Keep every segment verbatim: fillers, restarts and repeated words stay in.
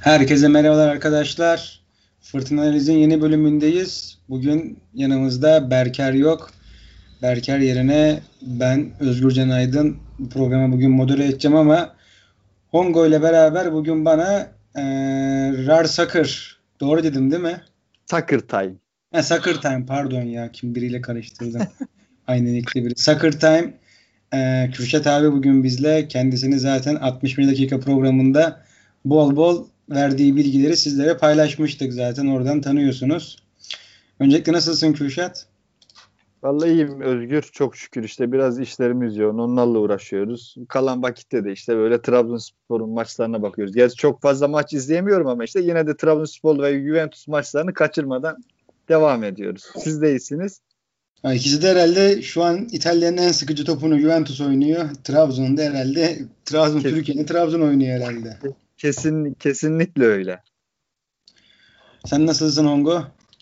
Herkese merhabalar arkadaşlar. Fırtına Analiz'in yeni bölümündeyiz. Bugün yanımızda Berker yok. Berker yerine ben Özgürcan Aydın bu programı bugün modere edeceğim ama Hongo ile beraber bugün bana ee, Rar Sakır. Doğru dedim değil mi? Sakır Time. Ha, Sakır Time pardon ya. Kim biriyle karıştırdım. Aynen ikili biri. Sakır Time. Ee, Kürşat abi bugün bizle. Kendisini zaten altmış bir dakika programında bol bol verdiği bilgileri sizlere paylaşmıştık zaten. Oradan tanıyorsunuz. Öncelikle nasılsın Kürşat? Vallahi iyiyim Özgür. Çok şükür işte biraz işlerimiz yoğun. Onlarla uğraşıyoruz. Kalan vakitte de işte böyle Trabzonspor'un maçlarına bakıyoruz. Gerçi çok fazla maç izleyemiyorum ama işte yine de Trabzonspor ve Juventus maçlarını kaçırmadan devam ediyoruz. Siz de iyisiniz. Ha, İkisi de herhalde şu an İtalya'nın en sıkıcı topunu Juventus oynuyor. Trabzon'da herhalde Trabzon Kes, Türkiye'nin Trabzon oynuyor herhalde. kesin kesinlikle öyle. Sen nasılsın Hongo?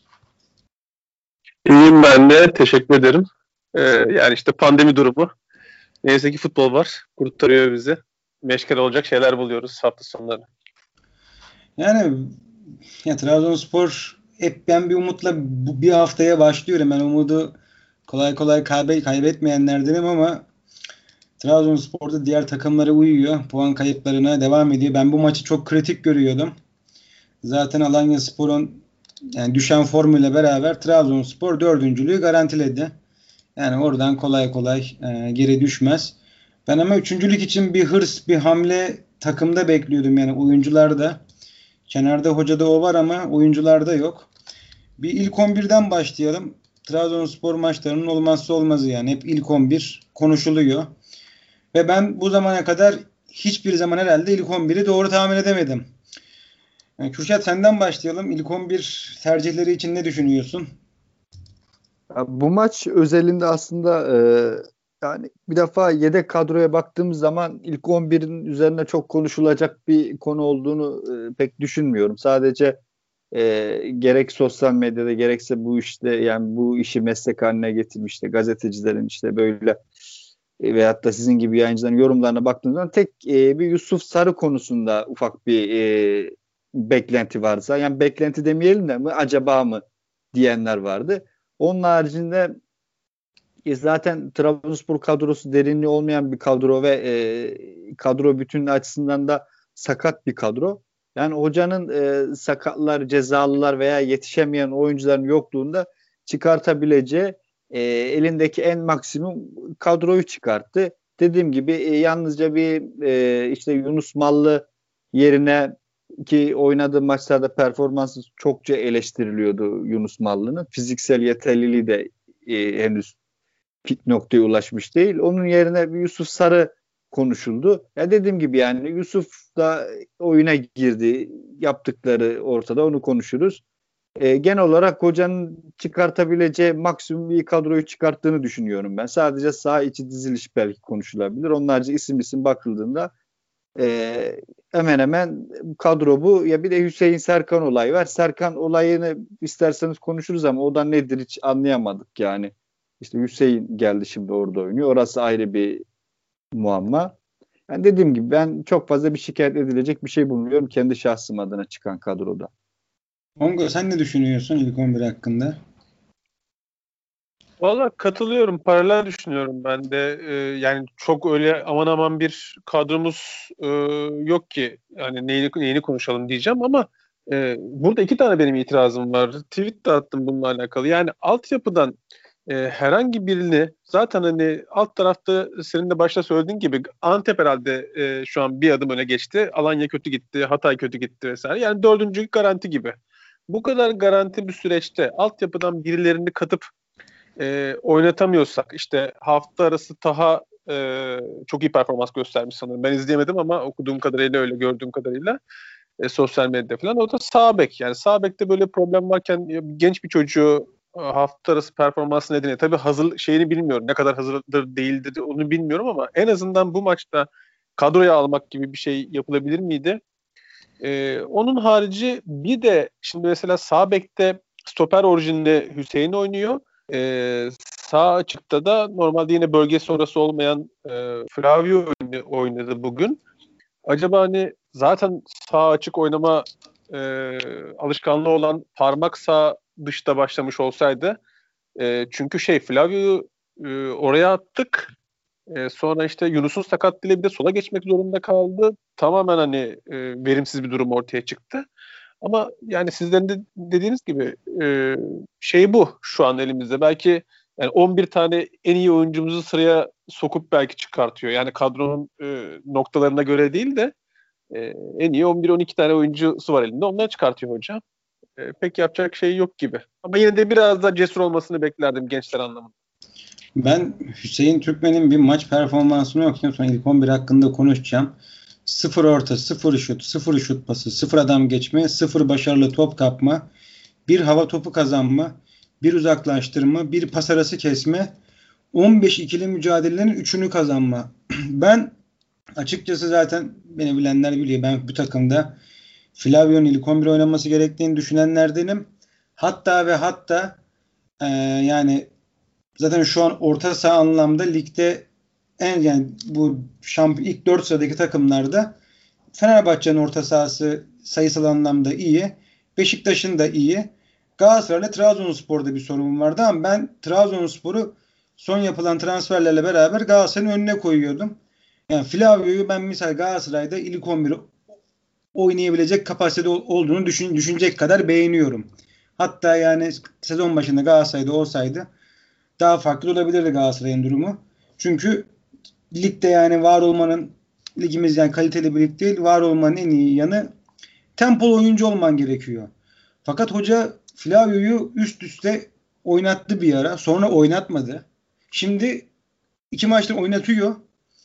İyiyim ben de. Teşekkür ederim. Ee, yani işte pandemi durumu. Neyse ki futbol var. Kurtarıyor bizi. Meşgul olacak şeyler buluyoruz hafta sonları. Yani ya Trabzonspor hep ben bir umutla bu bir haftaya başlıyorum. Ben umudu kolay kolay kaybe kaybetmeyenlerdenim ama Trabzonspor'da diğer takımlara uyuyor. Puan kayıplarına devam ediyor. Ben bu maçı çok kritik görüyordum. Zaten Alanyaspor'un yani düşen formuyla beraber Trabzonspor dördüncülüğü garantiledi. Yani oradan kolay kolay e, geri düşmez. Ben ama üçüncülük için bir hırs, bir hamle takımda bekliyordum. Yani oyuncularda. Kenarda hocada o var ama oyuncularda yok. Bir ilk on birden başlayalım. Trabzonspor maçlarının olmazsa olmazı yani. Hep ilk on bir konuşuluyor. Ve ben bu zamana kadar hiçbir zaman herhalde ilk on biri doğru tahmin edemedim. Yani Kürşat senden başlayalım. İlk on bir tercihleri için ne düşünüyorsun? Bu maç özelinde aslında e, yani bir defa yedek kadroya baktığımız zaman ilk on birin üzerine çok konuşulacak bir konu olduğunu e, pek düşünmüyorum. Sadece e, gerek sosyal medyada gerekse bu işte yani bu işi meslek haline getirmiş işte gazetecilerin işte böyle e, veyahut da sizin gibi yayıncıların yorumlarına baktığımız zaman tek e, bir Yusuf Sarı konusunda ufak bir e, beklenti varsa yani beklenti demeyelim de mi acaba mı diyenler vardı. Onun haricinde e, zaten Trabzonspor kadrosu derinliği olmayan bir kadro ve e, kadro bütünlüğü açısından da sakat bir kadro. Yani hocanın e, sakatlar, cezalılar veya yetişemeyen oyuncuların yokluğunda çıkartabileceği e, elindeki en maksimum kadroyu çıkarttı. Dediğim gibi e, yalnızca bir e, işte Yunus Mallı yerine ki oynadığı maçlarda performansı çokça eleştiriliyordu Yunus Mallı'nın. Fiziksel yeterliliği de e, henüz pik noktaya ulaşmış değil. Onun yerine bir Yusuf Sarı konuşuldu. Ya dediğim gibi yani Yusuf da oyuna girdi. Yaptıkları ortada onu konuşuruz. E, genel olarak hocanın çıkartabileceği maksimum bir kadroyu çıkarttığını düşünüyorum ben. Sadece saha içi diziliş belki konuşulabilir. Onun harici isim isim bakıldığında e, hemen hemen kadro bu. Ya bir de Hüseyin Serkan olayı var. Serkan olayını isterseniz konuşuruz ama o da nedir hiç anlayamadık yani. İşte Hüseyin geldi şimdi orada oynuyor. Orası ayrı bir muamma. Yani dediğim gibi ben çok fazla bir şikayet edilecek bir şey bulmuyorum kendi şahsım adına çıkan kadroda. Hongo sen ne düşünüyorsun ilk on bir hakkında? Valla katılıyorum. Paralel düşünüyorum ben de. Ee, yani çok öyle aman aman bir kadromuz e, yok ki. Yani neyini, neyini konuşalım diyeceğim ama e, burada iki tane benim itirazım var. Tweet de attım bununla alakalı. Yani altyapıdan e, herhangi birini zaten hani alt tarafta senin de başta söylediğin gibi Antep herhalde e, şu an bir adım öne geçti. Alanya kötü gitti, Hatay kötü gitti vesaire. Yani dördüncülük garanti gibi. Bu kadar garanti bir süreçte altyapıdan birilerini katıp e, oynatamıyorsak işte hafta arası Taha e, çok iyi performans göstermiş sanırım. Ben izleyemedim ama okuduğum kadarıyla öyle gördüğüm kadarıyla e, sosyal medyada falan. O da sağ bek. Yani sağ bekte böyle problem varken genç bir çocuğu hafta arası performansı nedeniyle tabii hazır şeyini bilmiyorum. Ne kadar hazırdır değildir onu bilmiyorum ama en azından bu maçta kadroya almak gibi bir şey yapılabilir miydi? Ee, onun harici bir de şimdi mesela sağ bekte stoper orijinde Hüseyin oynuyor. Ee, sağ açıkta da normalde yine bölge sonrası olmayan e, Flavio oynadı bugün. acaba hani zaten sağ açık oynama e, alışkanlığı olan parmak sağ dışta başlamış olsaydı, e, çünkü şey Flavio'yu e, oraya attık. E, sonra işte Yunus'un sakatlığıyla bir de sola geçmek zorunda kaldı. Tamamen hani e, verimsiz bir durum ortaya çıktı. Ama yani sizlerin de dediğiniz gibi e, şey bu şu an elimizde. Belki yani on bir tane en iyi oyuncumuzu sıraya sokup belki çıkartıyor. Yani kadronun e, noktalarına göre değil de e, en iyi on bir on iki tane oyuncusu var elinde. Onları çıkartıyor hocam. E, pek yapacak şey yok gibi. Ama yine de biraz daha cesur olmasını beklerdim gençler anlamında. Ben Hüseyin Türkmen'in bir maç performansını okuyayım, sonra ilk on bir hakkında konuşacağım. Sıfır orta, sıfır şut, sıfır şut pası, sıfır adam geçme, sıfır başarılı top kapma, bir hava topu kazanma, bir uzaklaştırma, bir pas arası kesme, on beş ikili mücadelelerin üçünü kazanma. Ben açıkçası, zaten beni bilenler biliyor, ben bu takımda Flavio'nun ilk on bir oynaması gerektiğini düşünenlerdenim. Hatta ve hatta e, yani zaten şu an orta saha anlamda ligde en, yani bu şampiyon ilk dört sıradaki takımlarda Fenerbahçe'nin orta sahası sayısal anlamda iyi. Beşiktaş'ın da iyi. Galatasaray'la Trabzonspor'da bir sorun vardı ama ben Trabzonspor'u son yapılan transferlerle beraber Galatasaray'ın önüne koyuyordum. Yani Flavio'yu ben mesela Galatasaray'da ilk on bir oynayabilecek kapasitede olduğunu düşün, düşünecek kadar beğeniyorum. Hatta yani sezon başında Galatasaray'da olsaydı daha farklı olabilirdi Galatasaray'ın durumu. Çünkü ligde yani var olmanın, ligimiz yani kaliteli bir lig değil, var olmanın en iyi yanı tempolu oyuncu olman gerekiyor. Fakat hoca Flavio'yu üst üste oynattı bir ara. Sonra oynatmadı. Şimdi iki maçtır oynatıyor.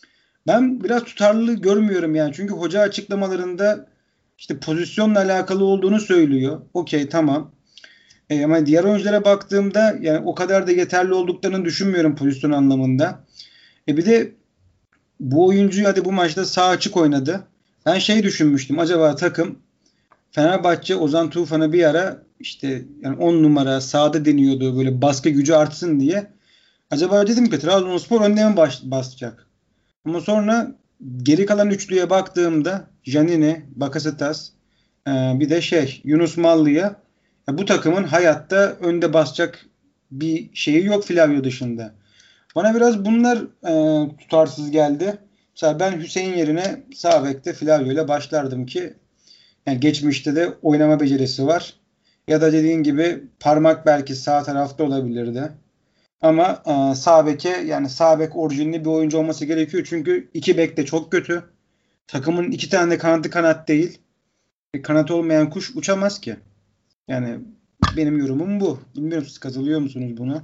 Ben biraz tutarlılığı görmüyorum yani. Çünkü hoca açıklamalarında işte pozisyonla alakalı olduğunu söylüyor. Okey, tamam. E, ama diğer oyunculara baktığımda yani o kadar da yeterli olduklarını düşünmüyorum pozisyon anlamında. E bir de bu oyuncuyu hadi bu maçta sağ açık oynadı. Ben şey düşünmüştüm. Acaba takım Fenerbahçe Ozan Tufan'a bir ara işte yani on numara sağda deniyordu, böyle baskı gücü artsın diye. Acaba dedim ki Trabzonspor önde mi baş, basacak? Ama sonra geri kalan üçlüye baktığımda Janine, Bakasetas, e, bir de şey Yunus Mallı'ya, ya bu takımın hayatta önde basacak bir şeyi yok Flavio dışında. Bana biraz bunlar e, tutarsız geldi. Mesela ben Hüseyin yerine sağ bekte Flavio ile başlardım ki yani geçmişte de oynama becerisi var. Ya da dediğin gibi parmak belki sağ tarafta olabilirdi. Ama e, sağ beke, yani sağ bek orijinli bir oyuncu olması gerekiyor. Çünkü iki bek de çok kötü. Takımın iki tane de kanadı kanat değil. E, kanat olmayan kuş uçamaz ki. Yani benim yorumum bu. Bilmiyorum, siz katılıyor musunuz buna?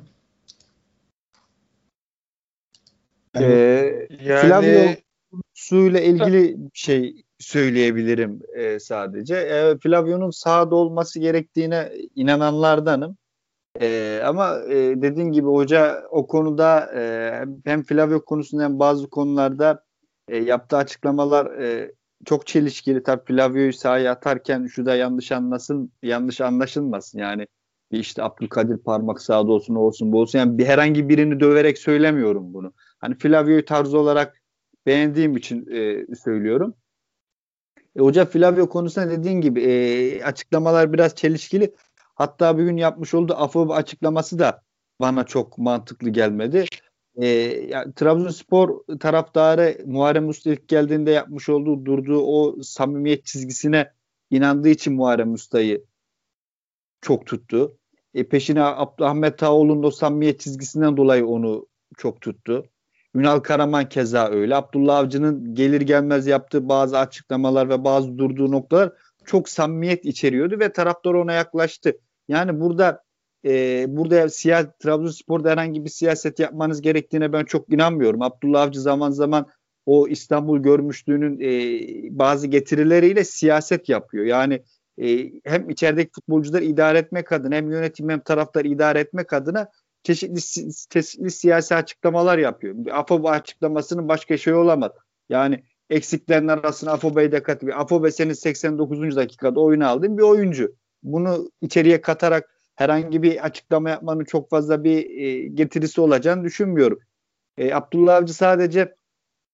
Ben yorum- Ee, Flavio Yani suyla ilgili bir şey söyleyebilirim e, sadece. E, Flavio'nun sahada olması gerektiğine inananlardanım. E, ama e, dediğin gibi hoca o konuda e, hem Flavio konusunda hem bazı konularda e, yaptığı açıklamalar e, çok çelişkili. Tabii Flavio'yu sahaya atarken şu da yanlış anlasın, yanlış anlaşılmasın. Yani bir işte Abdülkadir parmak sağda olsun, o olsun, bu olsun. Yani bir herhangi birini döverek söylemiyorum bunu. Hani Flavio'yu tarzı olarak beğendiğim için e, söylüyorum. E, hoca Flavio konusunda dediğin gibi e, açıklamalar biraz çelişkili. Hatta bugün yapmış olduğu Afobe açıklaması da bana çok mantıklı gelmedi. E, ya, Trabzonspor taraftarı Muharrem Usta ilk geldiğinde yapmış olduğu, durduğu o samimiyet çizgisine inandığı için Muharrem Usta'yı çok tuttu. E, peşine Abdülhamit Tağoğlu'nun o samimiyet çizgisinden dolayı onu çok tuttu. Ünal Karaman keza öyle. Abdullah Avcı'nın gelir gelmez yaptığı bazı açıklamalar ve bazı durduğu noktalar çok samimiyet içeriyordu ve taraftar ona yaklaştı. Yani burada e, burada siyah Trabzonspor'da herhangi bir siyaset yapmanız gerektiğine ben çok inanmıyorum. Abdullah Avcı zaman zaman o İstanbul görmüşlüğünün e, bazı getirileriyle siyaset yapıyor. Yani e, hem içerideki futbolcuları idare etmek adına hem yönetim hem taraftarı idare etmek adına çeşitli çeşitli siyasi açıklamalar yapıyor. Afobe açıklamasının başka şey olamaz. Yani eksiklerin arasına Afobe'yi de katıyor. Afobe senin seksen dokuzuncu dakikada oyuna aldığın bir oyuncu. Bunu içeriye katarak herhangi bir açıklama yapmanın çok fazla bir e, getirisi olacağını düşünmüyorum. E, Abdullah Avcı sadece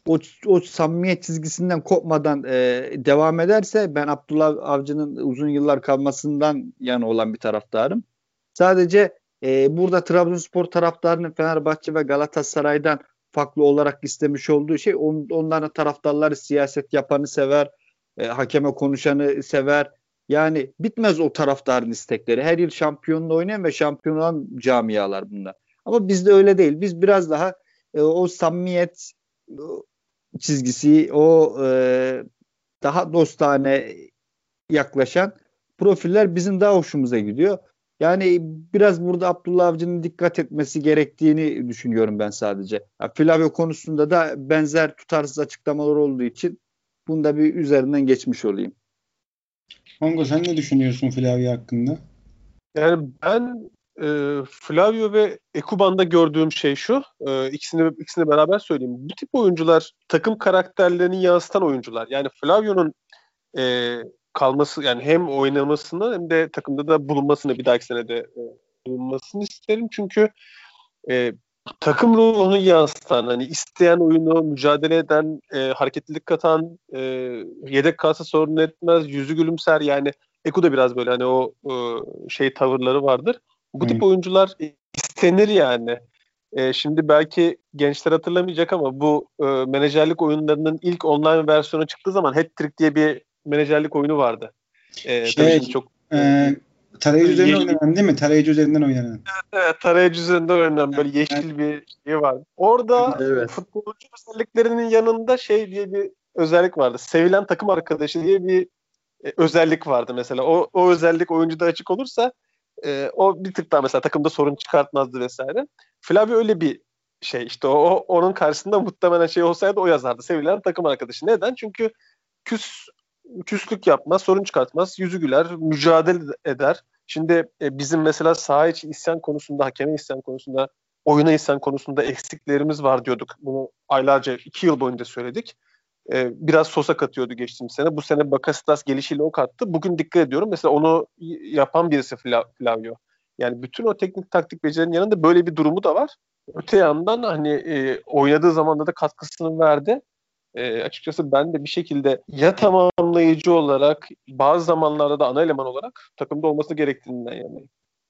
o, o samimiyet çizgisinden kopmadan e, devam ederse ben Abdullah Avcı'nın uzun yıllar kalmasından yana olan bir taraftarım. Sadece e, burada Trabzonspor taraftarının Fenerbahçe ve Galatasaray'dan farklı olarak istemiş olduğu şey on, onların taraftarları siyaset yapanı sever, e, hakeme konuşanı sever. Yani bitmez o taraftarın istekleri. Her yıl şampiyonluğu oynayan ve şampiyon olan camialar bunlar. Ama bizde öyle değil. Biz biraz daha e, o samimiyet çizgisi, o e, daha dostane yaklaşan profiller bizim daha hoşumuza gidiyor. Yani biraz burada Abdullah Avcı'nın dikkat etmesi gerektiğini düşünüyorum ben sadece. Ya, Flavio konusunda da benzer tutarsız açıklamalar olduğu için bunu da bir üzerinden geçmiş olayım. Hongo sen ne düşünüyorsun Flavio hakkında? Yani ben e, Flavio ve Ekuban'da gördüğüm şey şu. E, ikisini ikisini beraber söyleyeyim. Bu tip oyuncular takım karakterlerini yansıtan oyuncular. Yani Flavio'nun e, kalması, yani hem oynamasını hem de takımda da bulunmasını, bir dahaki senede e, bulunmasını isterim. Çünkü e, takım ruhunu yansıtan, hani isteyen oyunu, mücadele eden, e, hareketlilik katan, e, yedek kalsa sorun etmez, yüzü gülümser. Yani Eku da biraz böyle hani o e, şey tavırları vardır. Bu tip Hı. oyuncular istenir yani. E, şimdi belki gençler hatırlamayacak ama bu e, menajerlik oyunlarının ilk online versiyonu çıktığı zaman Hat-Trick diye bir menajerlik oyunu vardı. E, tabii Şey, şimdi çok e, tarayıcı üzerinden Yeşil- oynanan değil mi? Tarayıcı üzerinden oynanan. Evet, tarayıcı üzerinde oynanan böyle yeşil bir şey vardı. Orada Evet. futbolcu özelliklerinin yanında şey diye bir özellik vardı. Sevilen takım arkadaşı diye bir e, özellik vardı mesela. O, o özellik oyuncuda açık olursa e, o bir tık daha mesela takımda sorun çıkartmazdı vesaire. Flavio öyle bir şey işte. O, onun karşısında muhtemelen şey olsaydı o yazardı. Sevilen takım arkadaşı. Neden? Çünkü küs küslük yapmaz, sorun çıkartmaz, yüzü güler, mücadele eder. Şimdi e, bizim mesela saha içi isyan konusunda, hakeme isyan konusunda, oyuna isyan konusunda eksiklerimiz var diyorduk. Bunu aylarca, iki yıl boyunca söyledik. E, biraz Sosa katıyordu geçtiğimiz sene. Bu sene Bakasetas gelişiyle o kattı. Bugün dikkat ediyorum. Mesela onu yapan birisi Flavio. Yani bütün o teknik taktik becerinin yanında böyle bir durumu da var. Öte yandan hani e, oynadığı zamanda da katkısını verdi. E, açıkçası ben de bir şekilde ya tamamlayıcı olarak, bazı zamanlarda da ana eleman olarak takımda olması gerektiğinden yanayım.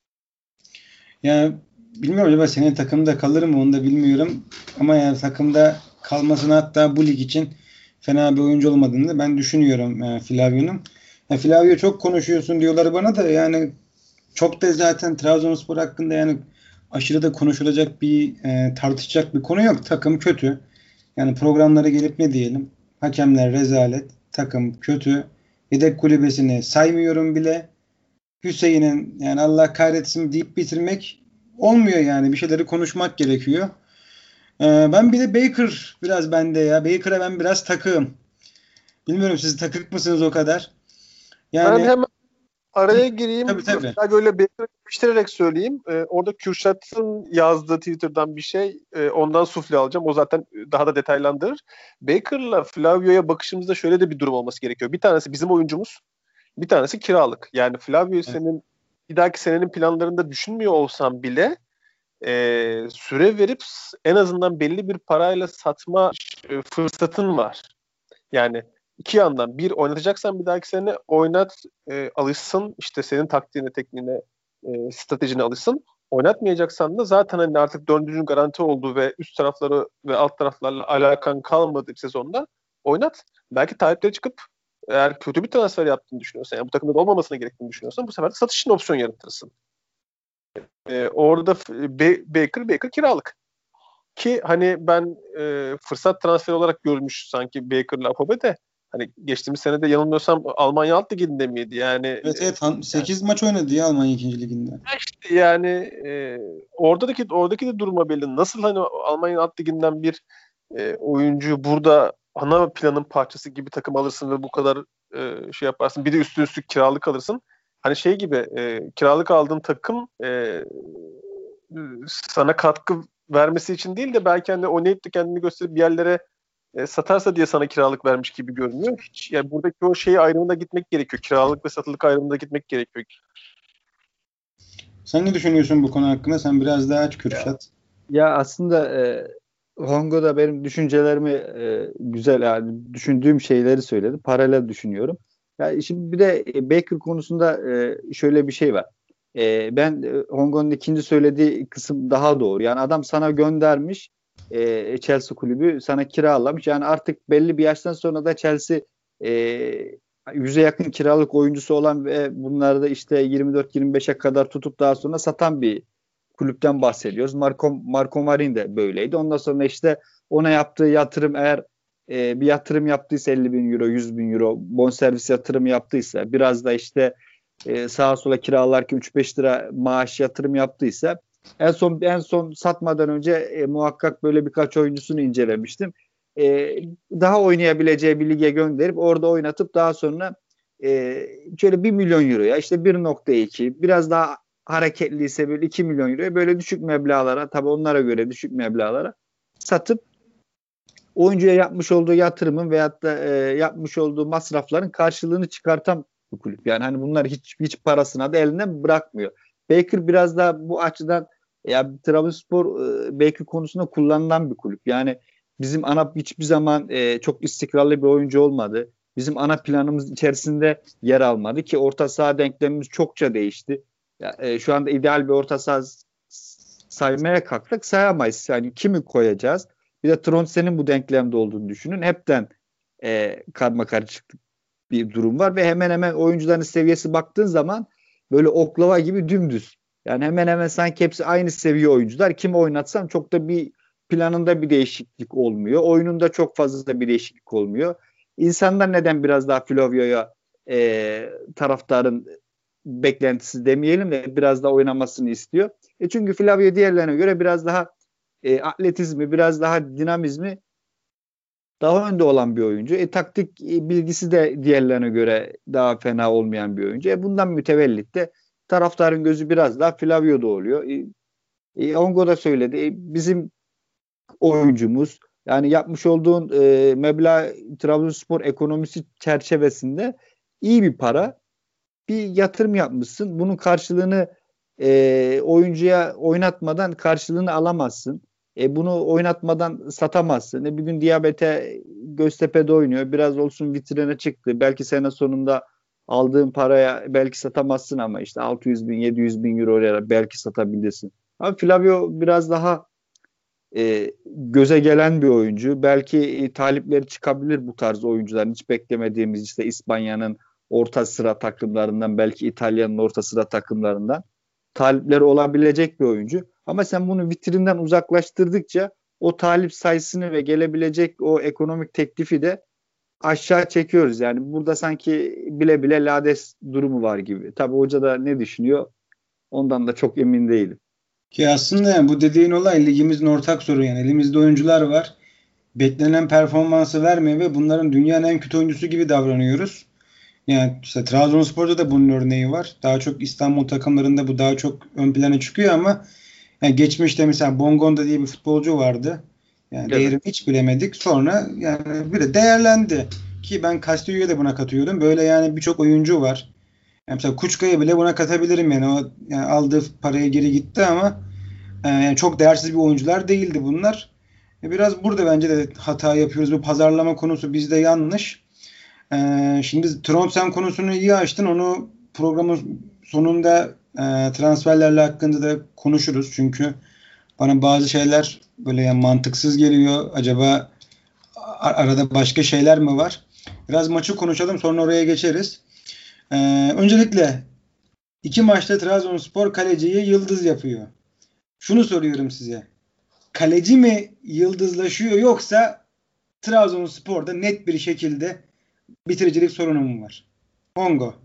Yani bilmiyorum acaba senin takımda kalır mı onu da bilmiyorum. Ama yani takımda kalmasını, hatta bu lig için fena bir oyuncu olmadığını da ben düşünüyorum yani Flavio'nun. Yani Flavio çok konuşuyorsun diyorlar bana da, yani çok da zaten Trabzonspor hakkında yani aşırı da konuşulacak bir e, tartışacak bir konu yok. Takım kötü. Yani programlara gelip ne diyelim? Hakemler rezalet. Takım kötü. Yedek kulübesini saymıyorum bile. Hüseyin'in yani Allah kahretsin deyip bitirmek olmuyor yani. Bir şeyleri konuşmak gerekiyor. Ee, ben bir de Baker biraz bende ya. Baker'a ben biraz takığım. Bilmiyorum siz takık mısınız o kadar? Ben Yani hemen araya gireyim. tabii tabii. Daha böyle belirterek söyleyeyim. Ee, orada Kürşat'ın yazdığı Twitter'dan bir şey. E, ondan sufle alacağım. O zaten daha da detaylandırır. Baker'la Flavio'ya bakışımızda şöyle de bir durum olması gerekiyor. Bir tanesi bizim oyuncumuz. Bir tanesi kiralık. Yani Flavio'yu senin bir dahaki senenin planlarında düşünmüyor olsam bile e, süre verip en azından belli bir parayla satma e, fırsatın var. Yani iki yandan, bir oynatacaksan bir dahaki sene oynat, e, alışsın, işte senin taktiğine, tekniğine, e, stratejine alışsın. Oynatmayacaksan da zaten hani artık dördüncünün garanti olduğu ve üst tarafları ve alt taraflarla alakan kalmadığı bir sezonda oynat. Belki talipleri çıkıp eğer kötü bir transfer yaptığını düşünüyorsan, yani bu takımda da olmamasına gerektiğini düşünüyorsan bu sefer de satış için opsiyon yaratırsın. E, orada Be- Baker, Baker kiralık. Ki hani ben e, fırsat transferi olarak görmüş sanki Baker'la Apobe de, hani geçtiğimiz sene de yanılmıyorsam Almanya Alt Ligi'nde miydi? Yani Evet evet e, sekiz maç oynadı ya Almanya ikinci liginde. işte yani e, oradaki oradaki de duruma belli. Nasıl hani Almanya Alt Ligi'nden bir e, oyuncuyu burada ana planın parçası gibi takım alırsın ve bu kadar e, şey yaparsın. Bir de üstü üstlük kiralık alırsın. Hani şey gibi e, kiralık aldığın takım e, sana katkı vermesi için değil de belki hani oynayıp da kendini gösterip bir yerlere e, satarsa diye sana kiralık vermiş gibi görünüyor. Hiç, yani buradaki o şey ayrımına gitmek gerekiyor. Kiralık ve satılık ayrımına gitmek gerekiyor. Sen ne düşünüyorsun bu konu hakkında? Sen biraz daha aç Kürşat. Ya aslında e, Hongo da benim düşüncelerimi e, güzel yani düşündüğüm şeyleri söyledi. Paralel düşünüyorum. Yani şimdi bir de e, Baker konusunda e, şöyle bir şey var. E, ben e, Hongo'nun ikinci söylediği kısım daha doğru. Yani adam sana göndermiş e, Chelsea kulübü sana kiralamış. Yani artık belli bir yaştan sonra da Chelsea e, yüze yakın kiralık oyuncusu olan ve bunları da işte yirmi dört yirmi beşe kadar tutup daha sonra satan bir kulüpten bahsediyoruz. Marco, Marco Marin de böyleydi. Ondan sonra işte ona yaptığı yatırım eğer e, bir yatırım yaptıysa elli bin euro, yüz bin euro bonservis yatırım yaptıysa biraz da işte e, sağa sola kiralarken üç beş lira maaş yatırım yaptıysa en son en son satmadan önce e, muhakkak böyle birkaç oyuncusunu incelemiştim. E, daha oynayabileceği bir lige gönderip orada oynatıp daha sonra e, şöyle bir milyon euroya işte bir nokta iki biraz daha hareketliyse böyle iki milyon euroya böyle düşük meblağlara tabii onlara göre düşük meblağlara satıp oyuncuya yapmış olduğu yatırımın veyahut da e, yapmış olduğu masrafların karşılığını çıkartan bir kulüp. Yani hani bunlar hiç hiç parasına da elinden bırakmıyor. Baker biraz da bu açıdan ya Trabzonspor e, Baker konusunda kullanılan bir kulüp. Yani bizim ana hiçbir zaman e, çok istikrarlı bir oyuncu olmadı. Bizim ana planımız içerisinde yer almadı ki orta saha denklemimiz çokça değişti. Ya, e, şu anda ideal bir orta saha saymaya kalktık sayamayız. Yani kimi koyacağız? Bir de Trondsen'in bu denklemde olduğunu düşünün. Hepten e, karma karışık bir durum var ve hemen hemen oyuncuların seviyesi baktığın zaman böyle oklava gibi dümdüz. Yani hemen hemen sanki hepsi aynı seviye oyuncular. Kimi oynatsam çok da bir planında bir değişiklik olmuyor. Oyununda çok fazla da bir değişiklik olmuyor. İnsanlar neden biraz daha Flavio'ya e, taraftarın beklentisi demeyelim de biraz daha oynamasını istiyor. E çünkü Flavio diğerlerine göre biraz daha e, atletizmi, biraz daha dinamizmi daha önde olan bir oyuncu. E, taktik e, bilgisi de diğerlerine göre daha fena olmayan bir oyuncu. E, bundan mütevellit de taraftarın gözü biraz daha Flavio'da oluyor. E, e, Ongo da söyledi. E, bizim oyuncumuz yani yapmış olduğun e, meblağ Trabzonspor ekonomisi çerçevesinde iyi bir para. Bir yatırım yapmışsın. Bunun karşılığını e, oyuncuya oynatmadan karşılığını alamazsın. E, bunu oynatmadan satamazsın. E, bir gün Diabete Göztepe'de oynuyor. Biraz olsun vitrine çıktı. Belki sene sonunda aldığın paraya belki satamazsın ama işte altı yüz bin yedi yüz bin euroya belki satabilirsin. Ama Flavio biraz daha e, göze gelen bir oyuncu. Belki e, talipleri çıkabilir bu tarz oyuncuların. Hiç beklemediğimiz işte İspanya'nın orta sıra takımlarından belki İtalya'nın orta sıra takımlarından talipleri olabilecek bir oyuncu. Ama sen bunu vitrinden uzaklaştırdıkça o talip sayısını ve gelebilecek o ekonomik teklifi de aşağı çekiyoruz. Yani burada sanki bile bile lades durumu var gibi. Tabii hoca da ne düşünüyor? Ondan da çok emin değilim. Ki aslında yani bu dediğin olay ligimizin ortak sorunu yani. Elimizde oyuncular var. Beklenen performansı vermiyor ve bunların dünyanın en kötü oyuncusu gibi davranıyoruz. Yani işte Trabzonspor'da da bunun örneği var. Daha çok İstanbul takımlarında bu daha çok ön plana çıkıyor ama yani geçmişte mesela Bongonda diye bir futbolcu vardı. Yani Evet. değerini hiç bilemedik. Sonra yani bir de değerlendi. Ki ben Castillo'yu da buna katıyorum. Böyle yani birçok oyuncu var. Yani mesela Kuşka'yı bile buna katabilirim yani. O yani aldığı paraya geri gitti ama e, yani çok değersiz bir oyuncular değildi bunlar. E, biraz burada bence de hata yapıyoruz. Bu pazarlama konusu bizde yanlış. E, şimdi Trondsen konusunu iyi açtın. Onu programın sonunda e, transferlerle hakkında da konuşuruz. Çünkü bana bazı şeyler böyle yani mantıksız geliyor. Acaba arada başka şeyler mi var? Biraz maçı konuşalım sonra oraya geçeriz. Ee, öncelikle iki maçta Trabzonspor kaleciyi yıldız yapıyor. Şunu soruyorum size. Kaleci mi yıldızlaşıyor yoksa Trabzonspor'da net bir şekilde bitiricilik sorunu mu var? Hongo.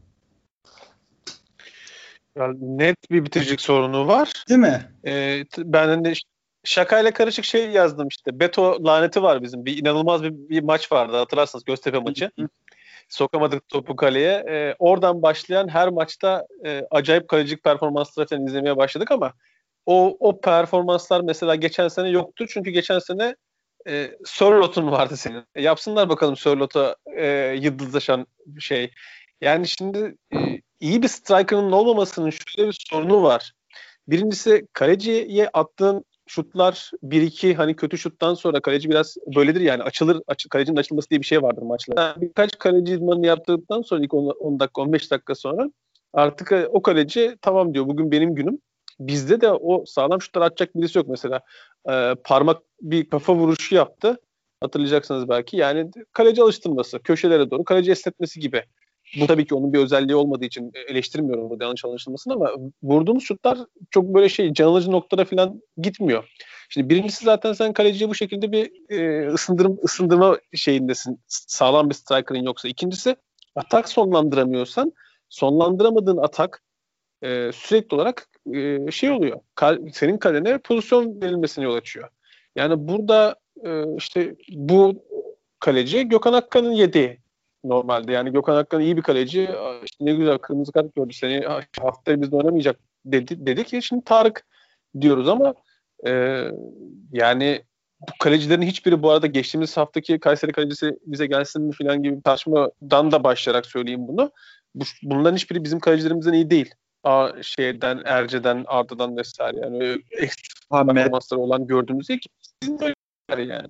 Yani net bir bitiricilik sorunu var. Değil mi? Ee, ben de şakayla karışık şey yazdım işte. Beto laneti var bizim. Bir inanılmaz bir, bir maç vardı hatırlarsanız Göztepe maçı. Sokamadık topu kaleye. Ee, oradan başlayan her maçta e, acayip kalecilik performansları falan izlemeye başladık ama o o performanslar mesela geçen sene yoktu. Çünkü geçen sene e, Sörlot'un vardı senin. E, yapsınlar bakalım Sörlot'a e, yıldızlaşan şey. Yani şimdi e, iyi bir striker'ın olmamasının şöyle bir sorunu var. Birincisi kaleciye attığın şutlar bir iki hani kötü şuttan sonra kaleci biraz böyledir yani açılır aç, kalecinin açılması diye bir şey vardır maçlarda. Yani birkaç kaleci idmanını yaptıktan sonra ilk on dakika on beş dakika sonra artık o kaleci tamam diyor bugün benim günüm. Bizde de o sağlam şutlar atacak birisi yok mesela. Ee, parmak bir kafa vuruşu yaptı. Hatırlayacaksınız belki. Yani kaleci alıştırması, köşelere doğru kaleci esnetmesi gibi. Bu tabii ki onun bir özelliği olmadığı için eleştirmiyorum burada yanlış anlaşılmasını ama vurduğunuz şutlar çok böyle şey can alıcı noktada falan gitmiyor. Şimdi birincisi zaten sen kaleciye bu şekilde bir e, ısındırma, ısındırma şeyindesin. Sağlam bir striker'ın yoksa. İkincisi atak sonlandıramıyorsan sonlandıramadığın atak e, sürekli olarak e, şey oluyor. Kal, senin kalene pozisyon verilmesine yol açıyor. Yani burada e, işte bu kaleci Gökhan Akkan'ın yediği normalde. Yani Gökhan Akkan iyi bir kaleci. İşte ne güzel kırmızı kart gördü seni. Haftaya bizde oynamayacak dedi, dedi ki şimdi Tarık diyoruz ama e, yani bu kalecilerin hiçbiri bu arada geçtiğimiz haftaki Kayseri kalecisi bize gelsin mi falan gibi bir tartışmadan da başlayarak söyleyeyim bunu. Bu, bunların hiçbiri bizim kalecilerimizden iyi değil. A, şeyden, Erce'den, Arda'dan vesaire. Yani ekstra performansları olan gördüğümüz ilk sizin de yani.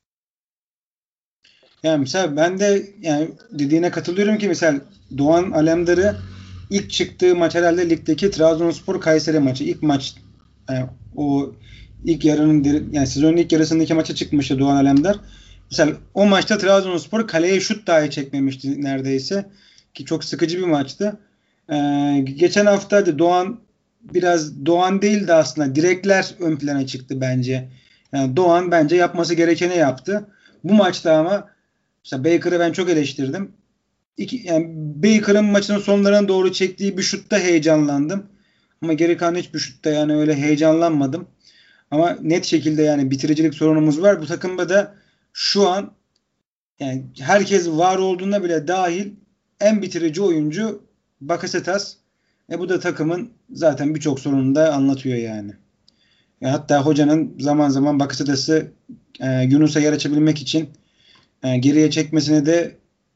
Yani mesela ben de yani dediğine katılıyorum ki mesela Doğan Alemdar'ı ilk çıktığı maç herhalde ligdeki Trabzonspor Kayseri maçı. İlk maç yani o ilk yarının yani sezonun ilk yarısındaki maça çıkmıştı Doğan Alemdar. Mesela o maçta Trabzonspor kaleye şut dahi çekmemişti neredeyse. Ki çok sıkıcı bir maçtı. Ee, geçen hafta da Doğan biraz Doğan değil de aslında direkler ön plana çıktı bence. Yani Doğan bence yapması gerekeni yaptı. Bu maçta ama mesela Baker'ı ben çok eleştirdim. İki, yani Baker'ın maçının sonlarına doğru çektiği bir şutta heyecanlandım. Ama geri kalan hiçbir şutta yani öyle heyecanlanmadım. Ama net şekilde yani bitiricilik sorunumuz var. Bu takımda da şu an yani herkes var olduğunda bile dahil en bitirici oyuncu Bakasetas. E bu da takımın zaten birçok sorununu da anlatıyor yani. E hatta hocanın zaman zaman Bakasetas'ı e, Yunus'a yer açabilmek için e, geriye çekmesine de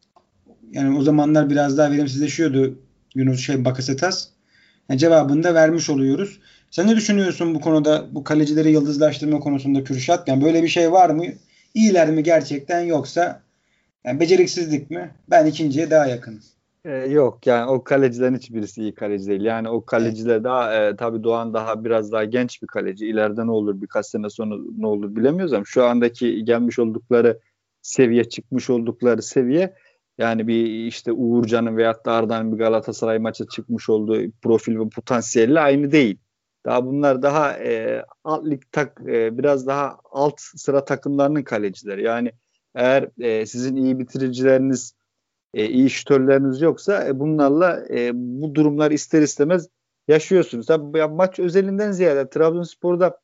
yani o zamanlar biraz daha verimsizleşiyordu Yunus şey Bakasetas. Yani cevabını da vermiş oluyoruz. Sen ne düşünüyorsun bu konuda bu kalecileri yıldızlaştırma konusunda Kürşat? Yani böyle bir şey var mı? İyiler mi gerçekten yoksa yani beceriksizlik mi? Ben ikinciye daha yakınım. Ee, yok yani o kalecilerin hiçbirisi iyi kaleci değil. Yani o kaleciler evet. daha e, tabii Doğan daha biraz daha genç bir kaleci. İleride ne olur birkaç sene sonra ne olur bilemiyoruz ama şu andaki gelmiş oldukları seviye çıkmış oldukları seviye yani bir işte Uğurcan'ın veyahut da Arda'nın bir Galatasaray maça çıkmış olduğu profil ve potansiyelle aynı değil. Daha bunlar daha e, alt lig tak e, biraz daha alt sıra takımlarının kalecileri. Yani eğer e, sizin iyi bitiricileriniz e, iyi şütörleriniz yoksa e, bunlarla e, bu durumlar ister istemez yaşıyorsunuz. Tabii ya, maç özelinden ziyade Trabzonspor'da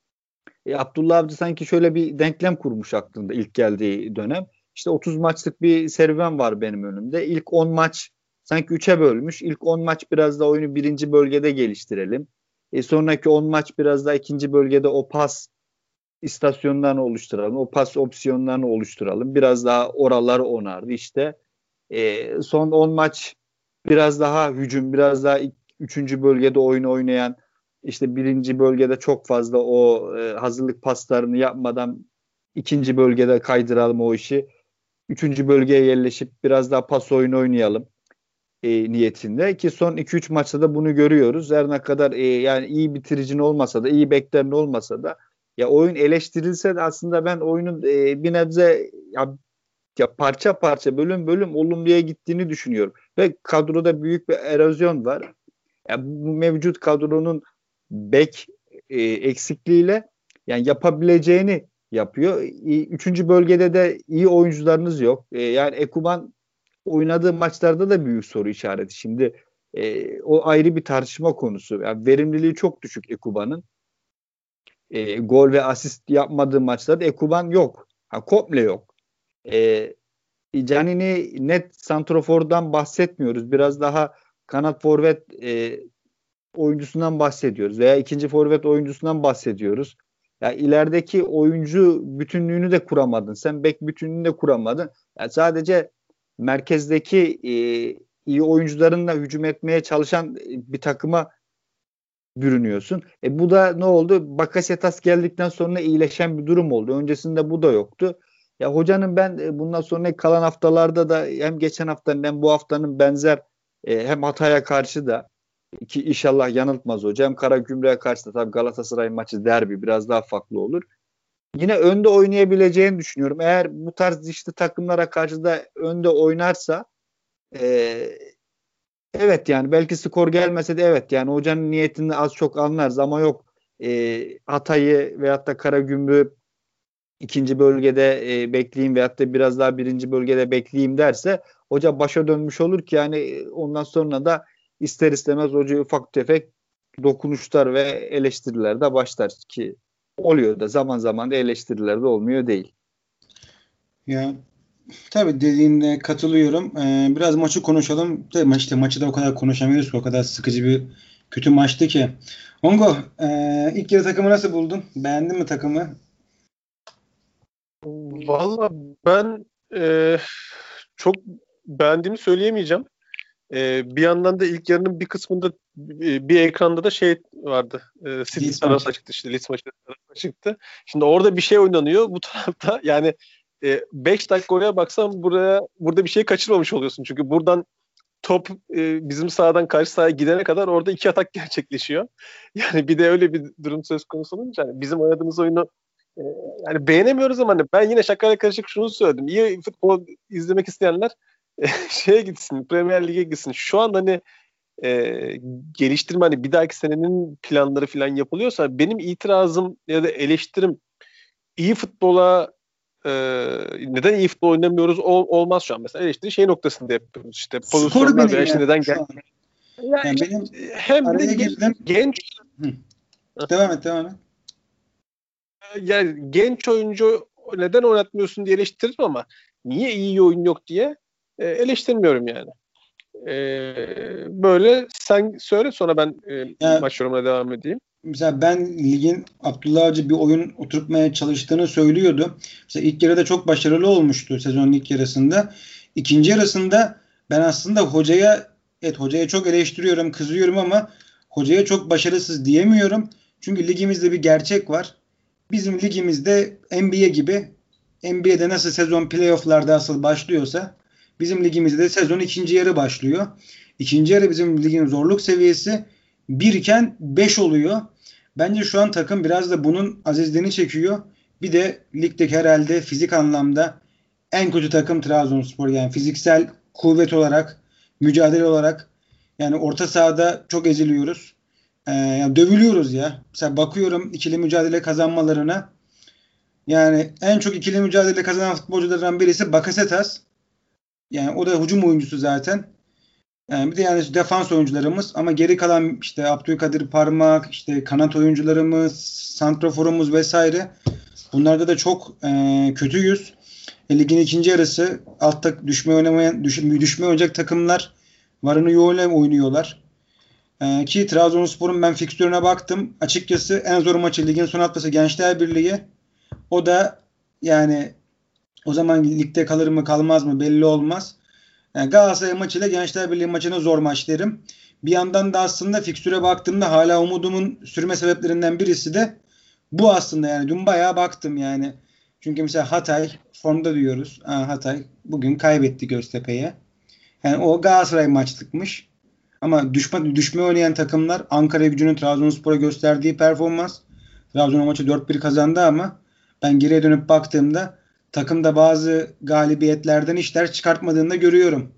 e, Abdullah Avcı sanki şöyle bir denklem kurmuş aklında ilk geldiği dönem. İşte otuz maçlık bir serüven var benim önümde. İlk on maç sanki üçe bölmüş. İlk on maç biraz da oyunu birinci bölgede geliştirelim. E, sonraki on maç biraz da ikinci bölgede o pas istasyonlarını oluşturalım. O pas opsiyonlarını oluşturalım. Biraz daha oraları onardı. İşte e, son on maç biraz daha hücum, biraz daha üçüncü bölgede oyun oynayan, işte birinci bölgede çok fazla o e, hazırlık paslarını yapmadan ikinci bölgede kaydıralım o işi. Üçüncü bölgeye yerleşip biraz daha pas oyunu oynayalım e, niyetinde ki son iki üç maçta da bunu görüyoruz. Her ne kadar e, yani iyi bitiricin olmasa da, iyi beklerin olmasa da ya oyun eleştirilse de aslında ben oyunun e, bir nebze ya ya parça parça bölüm bölüm olumluya gittiğini düşünüyorum. Ve kadroda büyük bir erozyon var. Ya bu mevcut kadronun bek e, eksikliğiyle yani yapabileceğini yapıyor. E, üçüncü bölgede de iyi oyuncularınız yok. E, yani Ekuban oynadığı maçlarda da büyük soru işareti. Şimdi e, o ayrı bir tartışma konusu. Yani verimliliği çok düşük Ekuban'ın. E, gol ve asist yapmadığı maçlarda Ekuban yok. Ha, komple yok. E, Canini net santrofordan bahsetmiyoruz. Biraz daha kanat forvet e, oyuncusundan bahsediyoruz veya ikinci forvet oyuncusundan bahsediyoruz. Ya yani ilerideki oyuncu bütünlüğünü de kuramadın. Sen bek bütünlüğünü de kuramadın. Yani sadece merkezdeki e, iyi oyuncularınla hücum etmeye çalışan bir takıma bürünüyorsun. E bu da ne oldu? Bakasetas geldikten sonra iyileşen bir durum oldu. Öncesinde bu da yoktu. Ya hocanın ben e, bundan sonra kalan haftalarda da hem geçen haftanın hem bu haftanın benzer e, hem Hatay'a karşı da ki inşallah yanıltmaz hocam. Hem Karagümrük'e karşı da tabii Galatasaray maçı derbi biraz daha farklı olur. Yine önde oynayabileceğini düşünüyorum. Eğer bu tarz işte takımlara karşı da önde oynarsa e, evet yani belki skor gelmese de evet yani hocanın niyetini az çok anlarız ama yok e, Hatay'ı veyahut da Karagümrük'ü ikinci bölgede e, bekleyeyim veyahut da biraz daha birinci bölgede bekleyeyim derse hoca başa dönmüş olur ki yani ondan sonra da ister istemez hoca ufak tefek dokunuşlar ve eleştiriler de başlar ki oluyor da zaman zaman da eleştiriler de olmuyor değil. Ya tabii dediğine katılıyorum. Ee, biraz maçı konuşalım. Tabii işte maçı da o kadar konuşamıyoruz ki o kadar sıkıcı bir kötü maçtı ki. Ongo, e, ilk yarı takımı nasıl buldun? Beğendin mi takımı? Valla ben e, çok beğendiğimi söyleyemeyeceğim. E, bir yandan da ilk yarının bir kısmında e, bir ekranda da şey vardı. E, City Leeds tarafı maçı. çıktı işte. Leeds maçı tarafı çıktı. Şimdi orada bir şey oynanıyor. Bu tarafta yani beş dakika oraya baksan buraya burada bir şey kaçırmamış oluyorsun. Çünkü buradan top e, bizim sahadan karşı sahaya gidene kadar orada iki atak gerçekleşiyor. Yani bir de öyle bir durum söz konusu olunca hani bizim oynadığımız oyunu e, yani beğenemiyoruz ama hani ben yine şakayla karışık şunu söyledim. İyi futbol izlemek isteyenler e, şeye gitsin, Premier Lig'e gitsin. Şu an hani e, geliştirme hani bir dahaki senenin planları falan yapılıyorsa benim itirazım ya da eleştirim iyi futbola e, neden iyi futbol oynamıyoruz ol, olmaz şu an. Mesela eleştiri şey noktasında yapıyoruz. İşte Skoru pozisyonlar beni veya işte neden ilgilendirdi gel. şu an. Yani Yani benim hem bir de araya gen- girdim. genç Hı. Devam et, devam et. yani genç oyuncu neden oynatmıyorsun diye eleştiririm ama niye iyi oyun yok diye e, eleştirmiyorum yani. E, böyle sen söyle sonra ben e, Ya maç yorumuna devam edeyim. mesela ben ligin Abdullah Avcı bir oyun oturtmaya çalıştığını söylüyordu. Mesela ilk yarıda çok başarılı olmuştu sezonun ilk yarısında. İkinci yarısında ben aslında hocaya evet hocaya çok eleştiriyorum, kızıyorum ama hocaya çok başarısız diyemiyorum. Çünkü ligimizde bir gerçek var. Bizim ligimizde N B A gibi N B A'de nasıl sezon playoff'larda asıl başlıyorsa bizim ligimizde de sezon ikinci yarı başlıyor. İkinci yarı bizim ligin zorluk seviyesi bir iken beş oluyor. Bence şu an takım biraz da bunun azizliğini çekiyor. Bir de ligdeki herhalde fizik anlamda en kötü takım Trabzonspor. Yani fiziksel kuvvet olarak, mücadele olarak yani orta sahada çok eziliyoruz. Ee, yani dövülüyoruz ya. Mesela bakıyorum ikili mücadele kazanmalarına. Yani en çok ikili mücadele kazanan futbolculardan birisi Bakasetas. Yani o da hücum oyuncusu zaten. Yani bir de yani defans oyuncularımız ama geri kalan işte Abdülkadir Parmak, işte kanat oyuncularımız, santraforumuz vesaire bunlarda da çok e, kötüyüz. E, ligin ikinci yarısı altta düşme oynamayan düş, düşme oynayacak takımlar varını yoğuyla oynuyorlar. E, ki Trabzonspor'un ben fikstürüne baktım. Açıkçası en zor maçı ligin son haftası Gençler Birliği. O da yani o zaman ligde kalır mı kalmaz mı belli olmaz. Yani Galatasaray maçıyla Gençler Birliği maçını zor maç derim. Bir yandan da aslında fikstüre baktığımda hala umudumun sürme sebeplerinden birisi de bu aslında yani dün bayağı baktım yani. Çünkü mesela Hatay formda diyoruz. Ha, Hatay bugün kaybetti Göztepe'ye. Yani o Galatasaray maçlıkmış. Ama düşme, düşme oynayan takımlar Ankaragücü'nün Trabzonspor'a gösterdiği performans. Trabzon o maçı dört bir kazandı ama ben geriye dönüp baktığımda takımda bazı galibiyetlerden işler çıkartmadığını da görüyorum.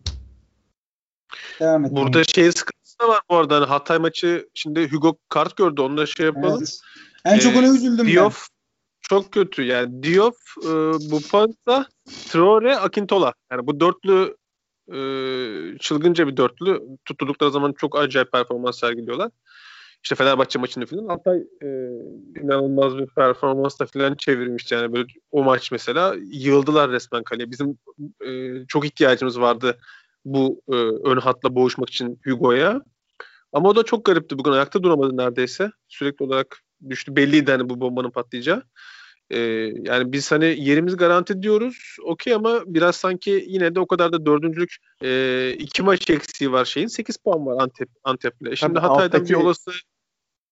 Devam et. Burada şey sıkıntısı da var bu arada. Hani Hatay maçı şimdi Hugo kart gördü. Onu da şey yapalım. Evet. En çok Ee, ona üzüldüm Diouf çok kötü. Yani Diouf, e, Buffon, Traore, Akintola. Yani bu dörtlü e, çılgınca bir dörtlü. Tutturdukları zaman çok acayip performans sergiliyorlar. İşte Fenerbahçe maçında falan Hatay e, inanılmaz bir performansla falan çevirmişti. Yani böyle o maç mesela yığıldılar resmen kaleye. Bizim e, çok ihtiyacımız vardı bu e, ön hatla boğuşmak için Hugo'ya. Ama o da çok garipti. Bugün ayakta duramadı neredeyse. Sürekli olarak düştü. Belliydi hani bu bombanın patlayacağı. Ee, yani biz hani yerimiz garanti diyoruz. Okey ama biraz sanki yine de o kadar da dördüncülük e, iki maç eksiği var şeyin. sekiz puan var Antep Antep'le. Şimdi Tabii Hatay'dan bir alttaki olası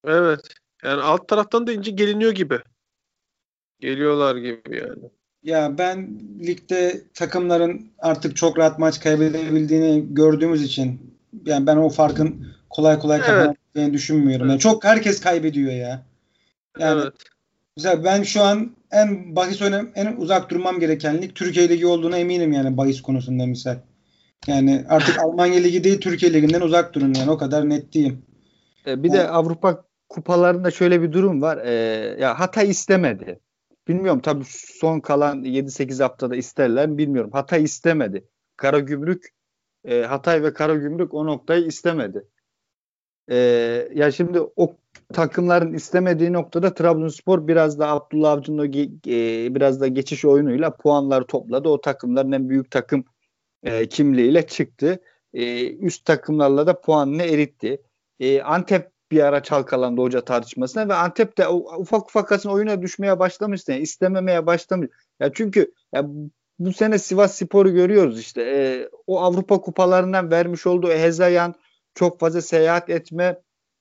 Evet. Yani alt taraftan da ince geliniyor gibi. Geliyorlar gibi yani. Ya ben ligde takımların artık çok rahat maç kaybedebildiğini gördüğümüz için yani ben o farkın kolay kolay Evet. kapanabileceğini düşünmüyorum. Yani Evet. çok herkes kaybediyor ya. Yani Evet. mesela ben şu an en bahis oynam en uzak durmam gereken lig Türkiye Ligi olduğuna eminim yani bahis konusunda misal. Yani artık Almanya Ligi değil Türkiye Ligi'nden uzak durun yani o kadar net diyeyim. E, bir Yani de Avrupa kupalarında şöyle bir durum var. E, ya Hatay istemedi. Bilmiyorum tabii son kalan yedi sekiz haftada isterler mi bilmiyorum. Hatay istemedi. Karagümrük e, Hatay ve Karagümrük o noktayı istemedi. E, ya şimdi o takımların istemediği noktada Trabzonspor biraz da Abdullah Avcı'nın o ge- e, biraz da geçiş oyunuyla puanları topladı. O takımların en büyük takım e, kimliğiyle çıktı. E, üst takımlarla da puanını eritti. E, Antep bir ara çalkalandı hoca tartışmasına ve Antep de o, ufak ufak aslında oyuna düşmeye başlamıştı. Yani istememeye başlamış. Ya çünkü ya bu sene Sivas Spor'u görüyoruz işte. E, o Avrupa kupalarından vermiş olduğu hezeyan, çok fazla seyahat etme,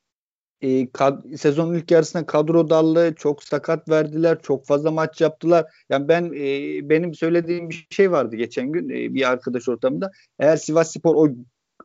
e, kad- sezonun ilk yarısında kadro darlığı, çok sakat verdiler, çok fazla maç yaptılar. Yani ben e, benim söylediğim bir şey vardı geçen gün e, bir arkadaş ortamında. Eğer Sivasspor o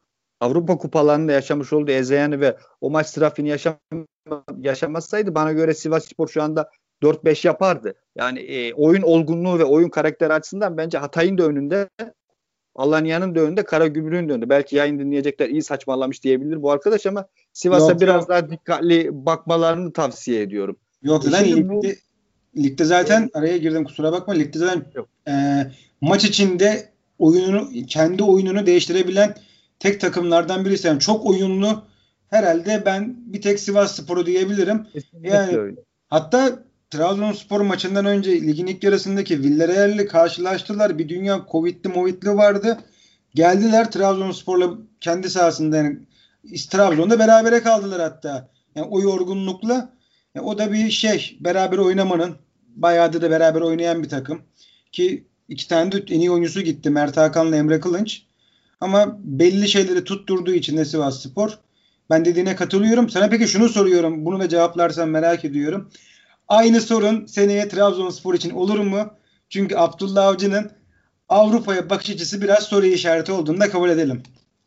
Avrupa kupalarında yaşamış olduğu hezeyanı ve o maç trafiğini yaşam yaşamazsaydı bana göre Sivasspor şu anda dört beş yapardı. Yani e, oyun olgunluğu ve oyun karakteri açısından bence Hatay'ın da önünde, Alanya'nın da önünde, Karagümrük'ün de önünde. Belki yayın dinleyecekler iyi saçmalamış diyebilir bu arkadaş ama Sivas'a yok biraz yok daha dikkatli bakmalarını tavsiye ediyorum. yok E zaten şimdi bu ligde ligde e, zaten araya girdim kusura bakma ligde zaten yok. e, maç içinde oyununu kendi oyununu değiştirebilen tek takımlardan birisi. Yani çok oyunlu herhalde ben bir tek Sivasspor'u diyebilirim. Kesinlikle Yani öyle. hatta Trabzonspor maçından önce ligin ilk yarısındaki Villarreal'le karşılaştılar. Bir dünya Covid'li Movid'li vardı. Geldiler Trabzonspor'la kendi sahasında yani Trabzon'da berabere kaldılar hatta. Yani o yorgunlukla yani o da bir şey beraber oynamanın bayağıdır da beraber oynayan bir takım. Ki iki tane de en iyi oyuncusu gitti. Mert Hakan'la Emre Kılınç. Ama belli şeyleri tutturduğu için de Sivasspor. Ben dediğine katılıyorum. Sana peki şunu soruyorum. Bunu da cevaplarsan merak ediyorum. Aynı sorun seneye Trabzonspor için olur mu? Çünkü Abdullah Avcı'nın Avrupa'ya bakış açısı biraz soru işareti olduğunu da kabul edelim.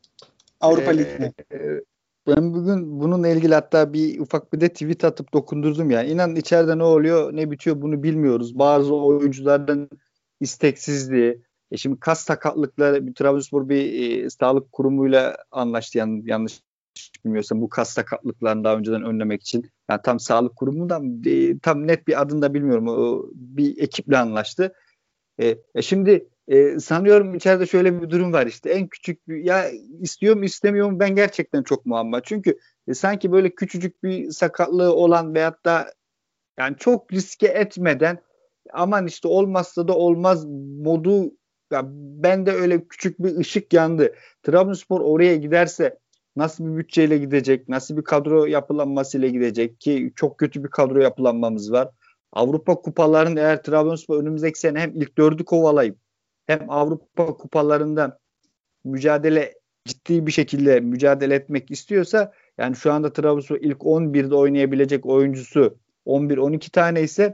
Avrupa E, Ligi'ne. e, ben bugün bununla ilgili hatta bir ufak bir de tweet atıp dokundurdum yani. İnan içeride ne oluyor ne bitiyor bunu bilmiyoruz. Bazı oyuncuların isteksizliği. E şimdi kas sakatlıkları bir Trabzonspor bir e, sağlık kurumuyla anlaştı yan, yanlış bilmiyorsam bu kas sakatlıklarını daha önceden önlemek için. Yani tam sağlık kurumundan e, tam net bir adını da bilmiyorum. O, bir ekiple anlaştı. E, e şimdi e, sanıyorum içeride şöyle bir durum var işte en küçük bir, ya istiyorum istemiyorum ben gerçekten çok muamma. Çünkü e, sanki böyle küçücük bir sakatlığı olan veyahut da yani çok riske etmeden aman işte olmazsa da olmaz modu ya ben de öyle küçük bir ışık yandı. Trabzonspor oraya giderse nasıl bir bütçeyle gidecek? Nasıl bir kadro yapılanmasıyla gidecek ki çok kötü bir kadro yapılanmamız var. Avrupa kupalarının eğer Trabzonspor önümüzdeki sene hem ilk dördü kovalayıp hem Avrupa kupalarında mücadele ciddi bir şekilde mücadele etmek istiyorsa yani şu anda Trabzonspor ilk on birde oynayabilecek oyuncusu on bir on iki tane ise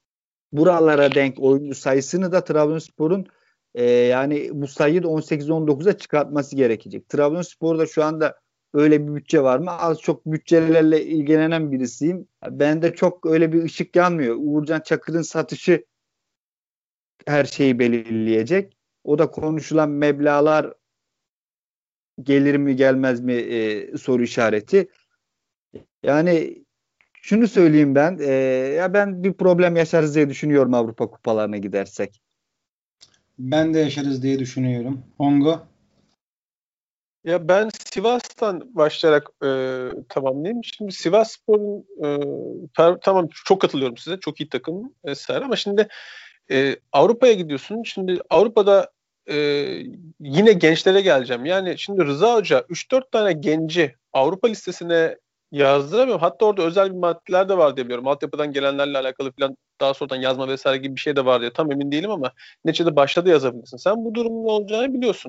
buralara denk oyuncu sayısını da Trabzonspor'un e, yani bu sayıyı da on sekiz on dokuza çıkartması gerekecek. Trabzonspor'da şu anda öyle bir bütçe var mı? Az çok bütçelerle ilgilenen birisiyim. Ben de çok öyle bir ışık yanmıyor. Uğurcan Çakır'ın satışı her şeyi belirleyecek. O da konuşulan meblağlar gelir mi gelmez mi e, soru işareti. Yani şunu söyleyeyim ben. E, ya ben bir problem yaşarız diye düşünüyorum Avrupa kupalarına gidersek. Ben de yaşarız diye düşünüyorum. Hongo. Ya ben Sivas'tan başlayarak e, tamamlayayım. Şimdi Sivasspor'un e, per- tamam çok katılıyorum size. Çok iyi takım vesaire ama şimdi e, Avrupa'ya gidiyorsun. Şimdi Avrupa'da e, yine gençlere geleceğim. Yani şimdi Rıza Hoca üç dört tane genci Avrupa listesine yazdıramıyor. Hatta orada özel bir maddeler de var diye biliyorum. Altyapıdan gelenlerle alakalı falan daha sonradan yazma vesaire gibi bir şey de var diye tam emin değilim ama neticede başta da yazabilirsin. Sen bu durumun olacağını biliyorsun.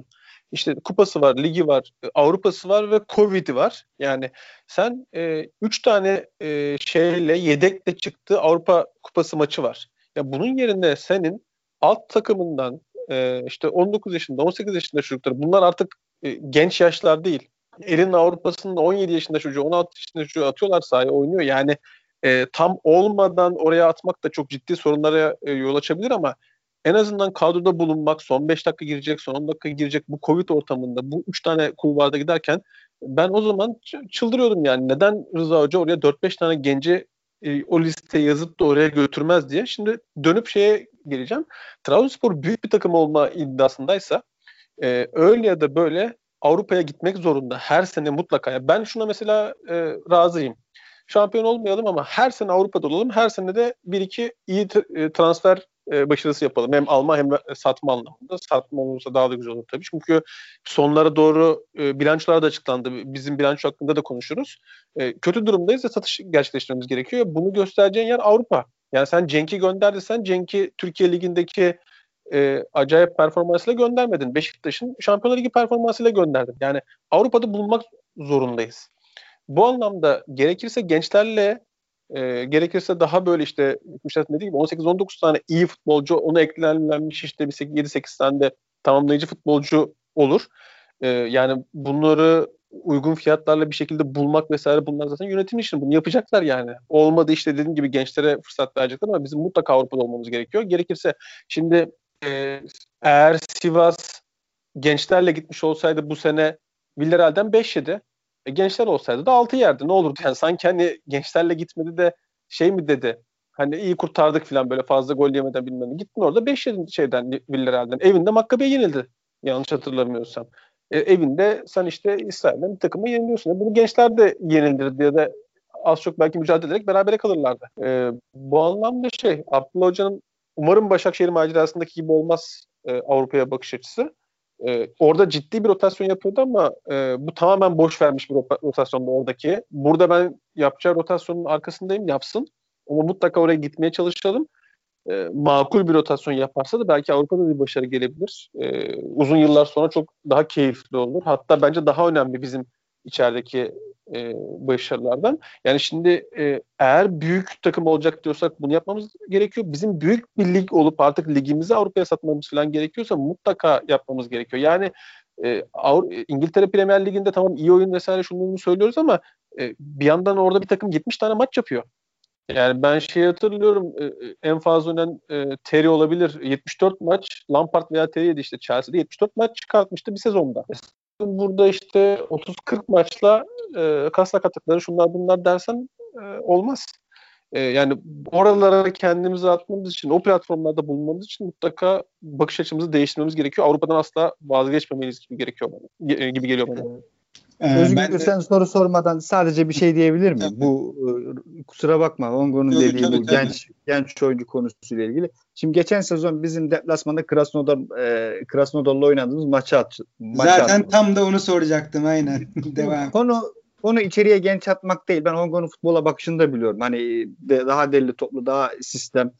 İşte kupası var, ligi var, Avrupa'sı var ve Covid'i var. Yani sen e, üç tane e, şeyle yedekle çıktı Avrupa Kupası maçı var. Ya bunun yerine senin alt takımından e, işte on dokuz yaşında, on sekiz yaşında çocuklar, bunlar artık e, genç yaşlar değil. Elin Avrupa'sında on yedi yaşında çocuğu, on altı yaşında çocuğu atıyorlar sahaya, oynuyor. Yani e, tam olmadan oraya atmak da çok ciddi sorunlara e, yol açabilir ama en azından kadroda bulunmak, son beş dakika girecek, son on dakika girecek bu Covid ortamında bu üç tane kulvarda giderken ben o zaman çıldırıyordum yani. Neden Rıza Hoca oraya dört beş tane genci e, o listeye yazıp da oraya götürmez diye. Şimdi dönüp şeye geleceğim. Trabzonspor büyük bir takım olma iddiasındaysa e, öyle ya da böyle Avrupa'ya gitmek zorunda. Her sene mutlaka. Ben şuna mesela e, razıyım. Şampiyon olmayalım ama her sene Avrupa'da olalım. Her sene de bir iki iyi t- transfer e, başarısı yapalım. Hem alma hem satma anlamında. Satma olursa daha da güzel olur tabii. Çünkü sonlara doğru e, bilançolar da açıklandı. Bizim bilanço hakkında da konuşuruz. E, kötü durumdayız ve satış gerçekleştirmemiz gerekiyor. Bunu göstereceğin yer Avrupa. Yani sen Cenk'i gönderdiysen Cenk'i Türkiye Ligi'ndeki e, acayip performansıyla göndermedin. Beşiktaş'ın Şampiyonlar Ligi performansıyla gönderdin. Yani Avrupa'da bulunmak zorundayız. Bu anlamda gerekirse gençlerle e, gerekirse daha böyle işte Müşahit dediği gibi on sekiz on dokuz tane iyi futbolcu, ona eklenmiş işte bir yedi sekiz tane de tamamlayıcı futbolcu olur. E, yani bunları uygun fiyatlarla bir şekilde bulmak vesaire, bunlar zaten yönetim işini, bunu yapacaklar yani. Olmadı işte dediğim gibi gençlere fırsat verecekler ama bizim mutlaka Avrupa'da olmamız gerekiyor. Gerekirse şimdi e, eğer Sivas gençlerle gitmiş olsaydı bu sene Villarreal'den beş yedi. E, gençler olsaydı da altı yerdi. Ne olurdu yani? Sanki hani gençlerle gitmedi de şey mi dedi? Hani iyi kurtardık falan, böyle fazla gol yemeden bilmem ne. Gittin orada beş yedi şeyden, Villarreal'den. Evinde Maccabi'ye yenildi. Yanlış hatırlamıyorsam. E, evinde sen işte İsrail'den bir takıma yeniliyorsun. E, bunu gençler de yenildir diye de az çok belki mücadele ederek berabere kalırlardı. E, bu anlamda şey, Abdullah Hoca'nın umarım Başakşehir macerasındaki gibi olmaz e, Avrupa'ya bakış açısı. Ee, orada ciddi bir rotasyon yapıyordu ama e, bu tamamen boş vermiş bir rotasyonda oradaki. Burada ben yapacağı rotasyonun arkasındayım, yapsın. Ama mutlaka oraya gitmeye çalışalım. E, makul bir rotasyon yaparsa da belki Avrupa'da bir başarı gelebilir. E, uzun yıllar sonra çok daha keyifli olur. Hatta bence daha önemli bizim içerideki e, başarılardan. Yani şimdi e, eğer büyük takım olacak diyorsak bunu yapmamız gerekiyor. Bizim büyük bir lig olup artık ligimizi Avrupa'ya satmamız falan gerekiyorsa mutlaka yapmamız gerekiyor. Yani e, Avru- İngiltere Premier Ligi'nde tamam iyi oyun vesaire şunu söylüyoruz ama e, bir yandan orada bir takım yetmiş tane maç yapıyor. Yani ben şey hatırlıyorum, en fazla oynayan e, Terry olabilir. yetmiş dört maç Lampard veya Terry'ydi işte Chelsea'de yetmiş dört maç çıkartmıştı bir sezonda. Burada işte otuz kırk maçla e, kas sakatlıkları şunlar bunlar dersen e, olmaz. E, yani oralara kendimizi atmamız için, o platformlarda bulunmamız için mutlaka bakış açımızı değiştirmemiz gerekiyor. Avrupa'dan asla vazgeçmemeliyiz gibi gerekiyor bana, gibi geliyor bana. Ee, Özgür de... sen soru sormadan sadece bir şey diyebilir miyim? Tabii. Bu e, kusura bakma Ongo'nun Yok, dediği tabii, bu tabii. genç genç oyuncu konusuyla ilgili. Şimdi geçen sezon bizim deplasmanda Krasnodar e, Krasnodar'la oynadığımız maçı at. Zaten at. Tam da onu soracaktım aynen. Devam. Konu konu içeriye genç atmak değil. Ben Ongo'nun futbola bakışını da biliyorum. Hani de, daha deli toplu, daha sistem,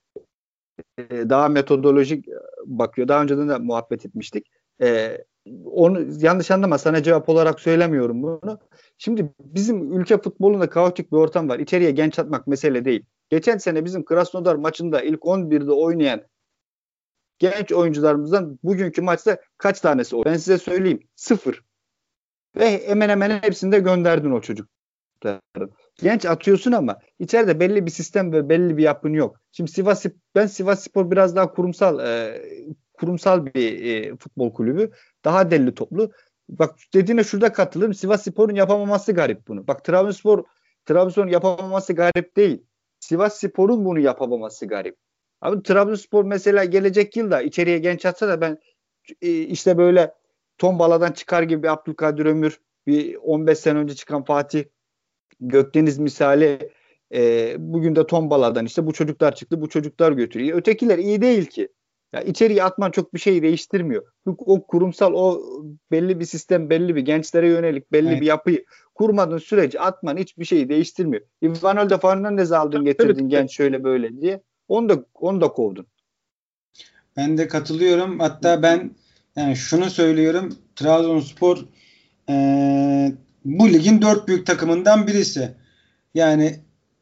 e, daha metodolojik bakıyor. Daha önceden de muhabbet etmiştik. E, onu yanlış anlama, sana cevap olarak söylemiyorum bunu. Şimdi bizim ülke futbolunda kaotik bir ortam var. İçeriye genç atmak mesele değil. Geçen sene bizim Krasnodar maçında ilk on birde oynayan genç oyuncularımızdan bugünkü maçta kaç tanesi oynadı? Ben size söyleyeyim. Sıfır. Ve hemen hemen hepsini de gönderdin o çocukların. Genç atıyorsun ama içeride belli bir sistem ve belli bir yapın yok. Şimdi Sivas, ben Sivasspor biraz daha kurumsal e, kurumsal bir e, futbol kulübü. Daha deli toplu. Bak dediğine şurada katılırım. Sivasspor'un yapamaması garip bunu. Bak Trabzonspor Trabzonspor'un yapamaması garip değil. Sivasspor'un bunu yapamaması garip. Abi Trabzonspor mesela gelecek yılda içeriye genç atsa da ben e, işte böyle tombaladan çıkar gibi bir Abdülkadir Ömür, bir on beş sene önce çıkan Fatih Gökdeniz misali, e, bugün de tombaladan işte bu çocuklar çıktı, bu çocuklar götürüyor. Ötekiler iyi değil ki. Ya içeriye atman çok bir şey değiştirmiyor. O kurumsal, o belli bir sistem, belli bir gençlere yönelik belli evet. bir yapıyı kurmadığın sürece atman hiçbir şeyi değiştirmiyor. Ivanolde Fernandez aldın getirdin evet. genç şöyle böyle diye. Onu da, onu da kovdun. Ben de katılıyorum. Hatta ben Yani şunu söylüyorum. Trabzonspor ee, bu ligin dört büyük takımından birisi. Yani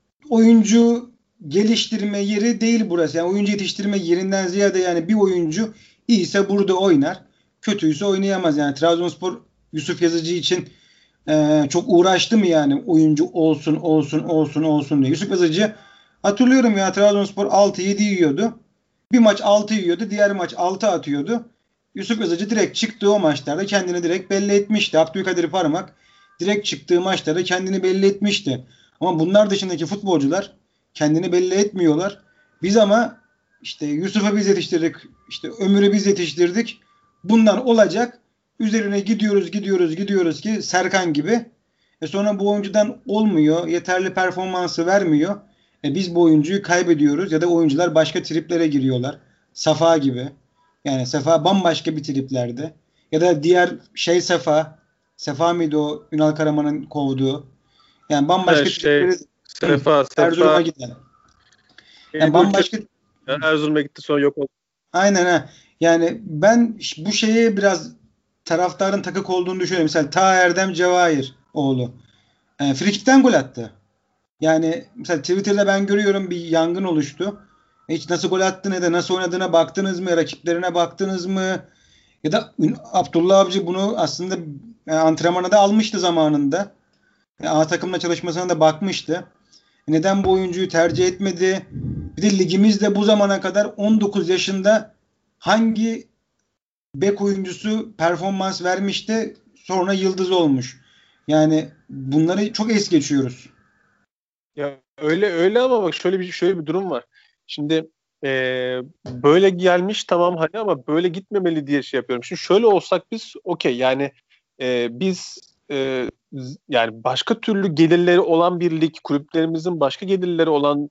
oyuncu geliştirme yeri değil burası. Yani oyuncu yetiştirme yerinden ziyade yani bir oyuncu iyiyse burada oynar. Kötüyse oynayamaz. Yani Trabzonspor Yusuf Yazıcı için ee, çok uğraştı mı yani oyuncu olsun olsun olsun olsun diye. Yusuf Yazıcı hatırlıyorum ya Trabzonspor altı yedi yiyordu. Bir maç altı yiyordu. Diğer maç altı atıyordu. Yusuf Yazıcı direkt çıktığı o maçlarda kendini direkt belli etmişti. Abdülkadir Parmak direkt çıktığı maçlarda kendini belli etmişti. Ama bunlar dışındaki futbolcular kendini belli etmiyorlar. Biz ama işte Yusuf'u biz yetiştirdik. İşte Ömür'ü biz yetiştirdik. Bundan olacak. Üzerine gidiyoruz gidiyoruz gidiyoruz ki Serkan gibi. E sonra bu oyuncudan olmuyor. Yeterli performansı vermiyor. E biz bu oyuncuyu kaybediyoruz ya da oyuncular başka triplere giriyorlar. Safa gibi. Yani Sefa bambaşka bir triplerde. Ya da diğer şey Sefa. Sefa mıydı o Ünal Karaman'ın kovduğu? Yani bambaşka Her şey tripleri Sefa Erzurum'a Sefa giden. Yani Eyüp Ülke bambaşka Erzurum'a gitti sonra yok oldu. aynen ha. Yani ben bu şeye biraz taraftarın takık olduğunu düşünüyorum. Mesela Ta Erdem Cevahir oğlu. E, frikikten gol attı. Yani mesela Twitter'da ben görüyorum bir yangın oluştu. Hiç nasıl gol attığına da nasıl oynadığına baktınız mı? Rakiplerine baktınız mı? Ya da Abdullah Avcı bunu aslında e, antrenmana da almıştı zamanında. E, A takımla çalışmasına da bakmıştı. Neden bu oyuncuyu tercih etmedi? Bir de ligimizde bu zamana kadar on dokuz yaşında hangi bek oyuncusu performans vermişti sonra yıldız olmuş. Yani bunları çok es geçiyoruz. Ya öyle öyle ama bak şöyle bir şöyle bir durum var. Şimdi e, böyle gelmiş tamam hani ama böyle gitmemeli diye şey yapıyorum. Şimdi şöyle olsak biz okey yani e, biz e, z- yani başka türlü gelirleri olan bir lig, kulüplerimizin başka gelirleri olan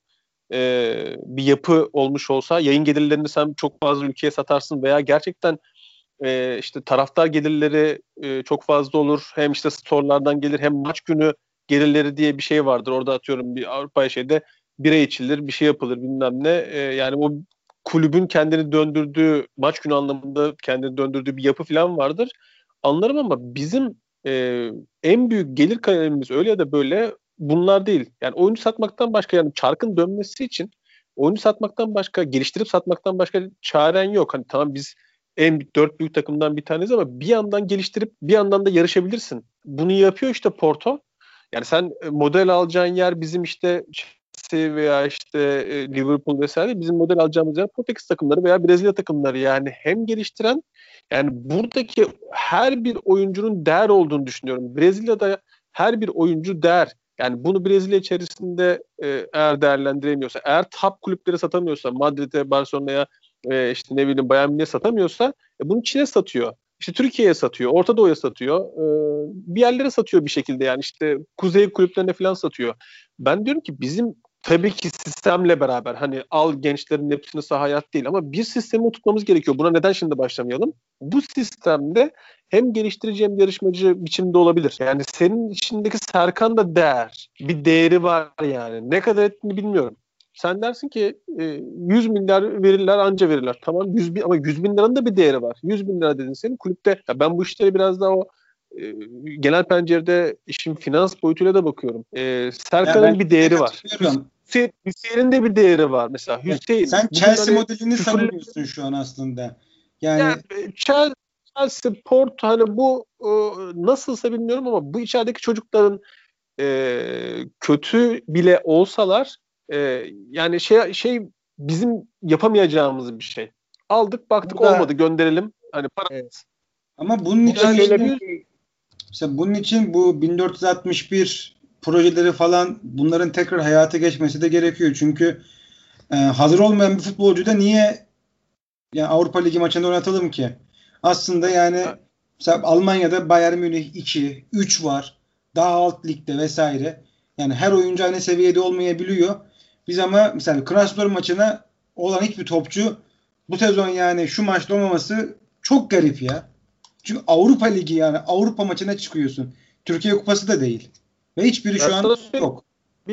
e, bir yapı olmuş olsa yayın gelirlerini sen çok fazla ülkeye satarsın veya gerçekten e, işte taraftar gelirleri e, çok fazla olur. Hem işte storelardan gelir hem maç günü gelirleri diye bir şey vardır. Orada atıyorum bir Avrupa şeyde bira içilir, bir şey yapılır bilmem ne. E, yani o kulübün kendini döndürdüğü, maç günü anlamında kendini döndürdüğü bir yapı falan vardır. Anlarım ama bizim e, en büyük gelir kalemimiz öyle ya da böyle bunlar değil. Yani oyuncu satmaktan başka yani çarkın dönmesi için oyuncu satmaktan başka, geliştirip satmaktan başka çaren yok. Hani tamam biz en dört büyük takımdan bir tanesi ama bir yandan geliştirip bir yandan da yarışabilirsin. Bunu yapıyor işte Porto. Yani sen e, model alacağın yer bizim işte Chelsea veya işte e, Liverpool vesaire bizim model alacağımız yer Portekiz takımları veya Brezilya takımları yani hem geliştiren yani buradaki her bir oyuncunun değer olduğunu düşünüyorum. Brezilya'da her bir oyuncu değer. Yani bunu Brezilya içerisinde e, eğer değerlendiremiyorsa, eğer top kulüpleri satamıyorsa, Madrid'e, Barcelona'ya e, işte ne bileyim Bayern Münih'e satamıyorsa e, bunu Çin'e satıyor. İşte Türkiye'ye satıyor, Orta Doğu'ya satıyor. E, bir yerlere satıyor bir şekilde yani işte kuzey kulüplerine falan satıyor. Ben diyorum ki bizim tabii ki sistemle beraber hani al gençlerin hepsini sahaya at değil ama bir sistemi oturtmamız gerekiyor. Buna neden şimdi başlamayalım? Bu sistemde hem geliştirici hem yarışmacı biçimde olabilir. Yani senin içindeki Serkan da değer. Bir değeri var yani. Ne kadar ettiğini bilmiyorum. Sen dersin ki e, yüz milyar verirler anca verirler. Tamam yüz bin, ama yüz bin liranın da bir değeri var. yüz bin lira dedin senin kulüpte. Ya ben bu işleri biraz daha o e, genel pencerede işin finans boyutuyla da bakıyorum. E, Ya ben Serkan'ın bir değeri var. katılıyorum. Hüseyin, Hüseyin'in de bir değeri var. Mesela Ya Hüseyin sen bugün Chelsea hani modelini küfürle savunuyorsun şu an aslında. yani Yani Chelsea, Chelsea, Porto hani bu e, nasılsa bilmiyorum ama bu içerideki çocukların e, kötü bile olsalar e, yani şey şey bizim yapamayacağımız bir şey. Aldık baktık olmadı burada gönderelim. Hani para Evet. ama bunun burada için şöyle işte bir mesela bunun için bu bin dört yüz altmış bir projeleri falan bunların tekrar hayata geçmesi de gerekiyor. Çünkü e, hazır olmayan bir futbolcu da niye yani Avrupa Ligi maçında oynatalım ki? Aslında yani mesela Almanya'da Bayern Münih iki, üç var. Daha alt ligde vesaire. Yani her oyuncu aynı seviyede olmayabiliyor. Biz ama mesela Krasnodar maçına olan hiçbir topçu bu sezon yani şu maçta olmaması çok garip ya. Çünkü Avrupa Ligi yani Avrupa maçına çıkıyorsun. Türkiye Kupası da değil. Ve hiçbiri ben şu an sana söyleyeyim yok. bir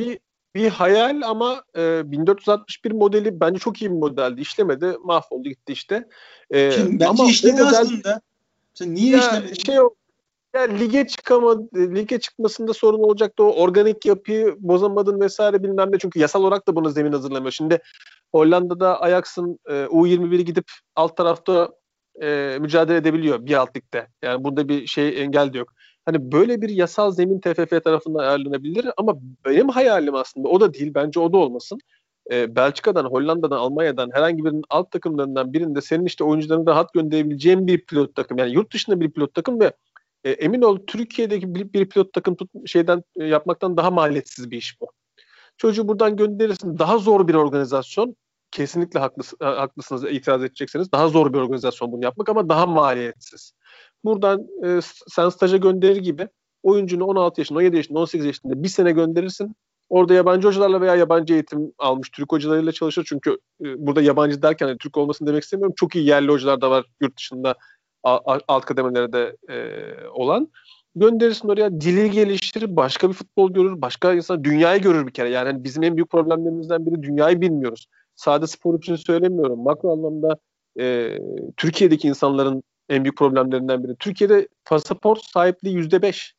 bir hayal ama e, bin dört yüz altmış bir modeli bence çok iyi bir modeldi. İşlemedi, mahvoldu gitti işte. E, Ki bence ama o işledi model aslında. Sen niye ya işlemedin? şey ya lige çıkamadı, lige çıkmasında sorun olacaktı. O organik yapıyı bozamadın vesaire bilmem ne. Çünkü yasal olarak da bunu zemin hazırlamıyor. Şimdi Hollanda'da Ajax'ın e, U yirmi biri gidip alt tarafta e, mücadele edebiliyor bir alt ligde. Yani burada bir şey engel de yok. Hani böyle bir yasal zemin T F F tarafından ayarlanabilir ama benim hayalim aslında o da değil. Bence o da olmasın. E, Belçika'dan, Hollanda'dan, Almanya'dan herhangi birinin alt takımlarından birinde senin işte oyuncularını rahat gönderebileceğin bir pilot takım. Yani yurt dışında bir pilot takım ve e, emin ol Türkiye'deki bir, bir pilot takım tut, şeyden e, yapmaktan daha maliyetsiz bir iş bu. Çocuğu buradan gönderirsin. Daha zor bir organizasyon. Kesinlikle haklısınız, haklısınız itiraz edeceksiniz. Daha zor bir organizasyon bunu yapmak ama daha maliyetsiz. Buradan e, sen staja gönderir gibi oyuncunu on altı yaşında, on yedi yaşında, on sekiz yaşında bir sene gönderirsin. Orada yabancı hocalarla veya yabancı eğitim almış Türk hocalarıyla çalışır. Çünkü e, burada yabancı derken yani Türk olmasını demek istemiyorum. Çok iyi yerli hocalar da var yurt dışında a, a, alt kademelerde e, olan. Gönderirsin oraya, dili geliştirir, başka bir futbol görür, başka insan dünyayı görür bir kere. Yani hani bizim en büyük problemlerimizden biri dünyayı bilmiyoruz. Sade spor için söylemiyorum. Makro anlamda e, Türkiye'deki insanların en büyük problemlerinden biri. Türkiye'de pasaport sahipliği yüzde beş.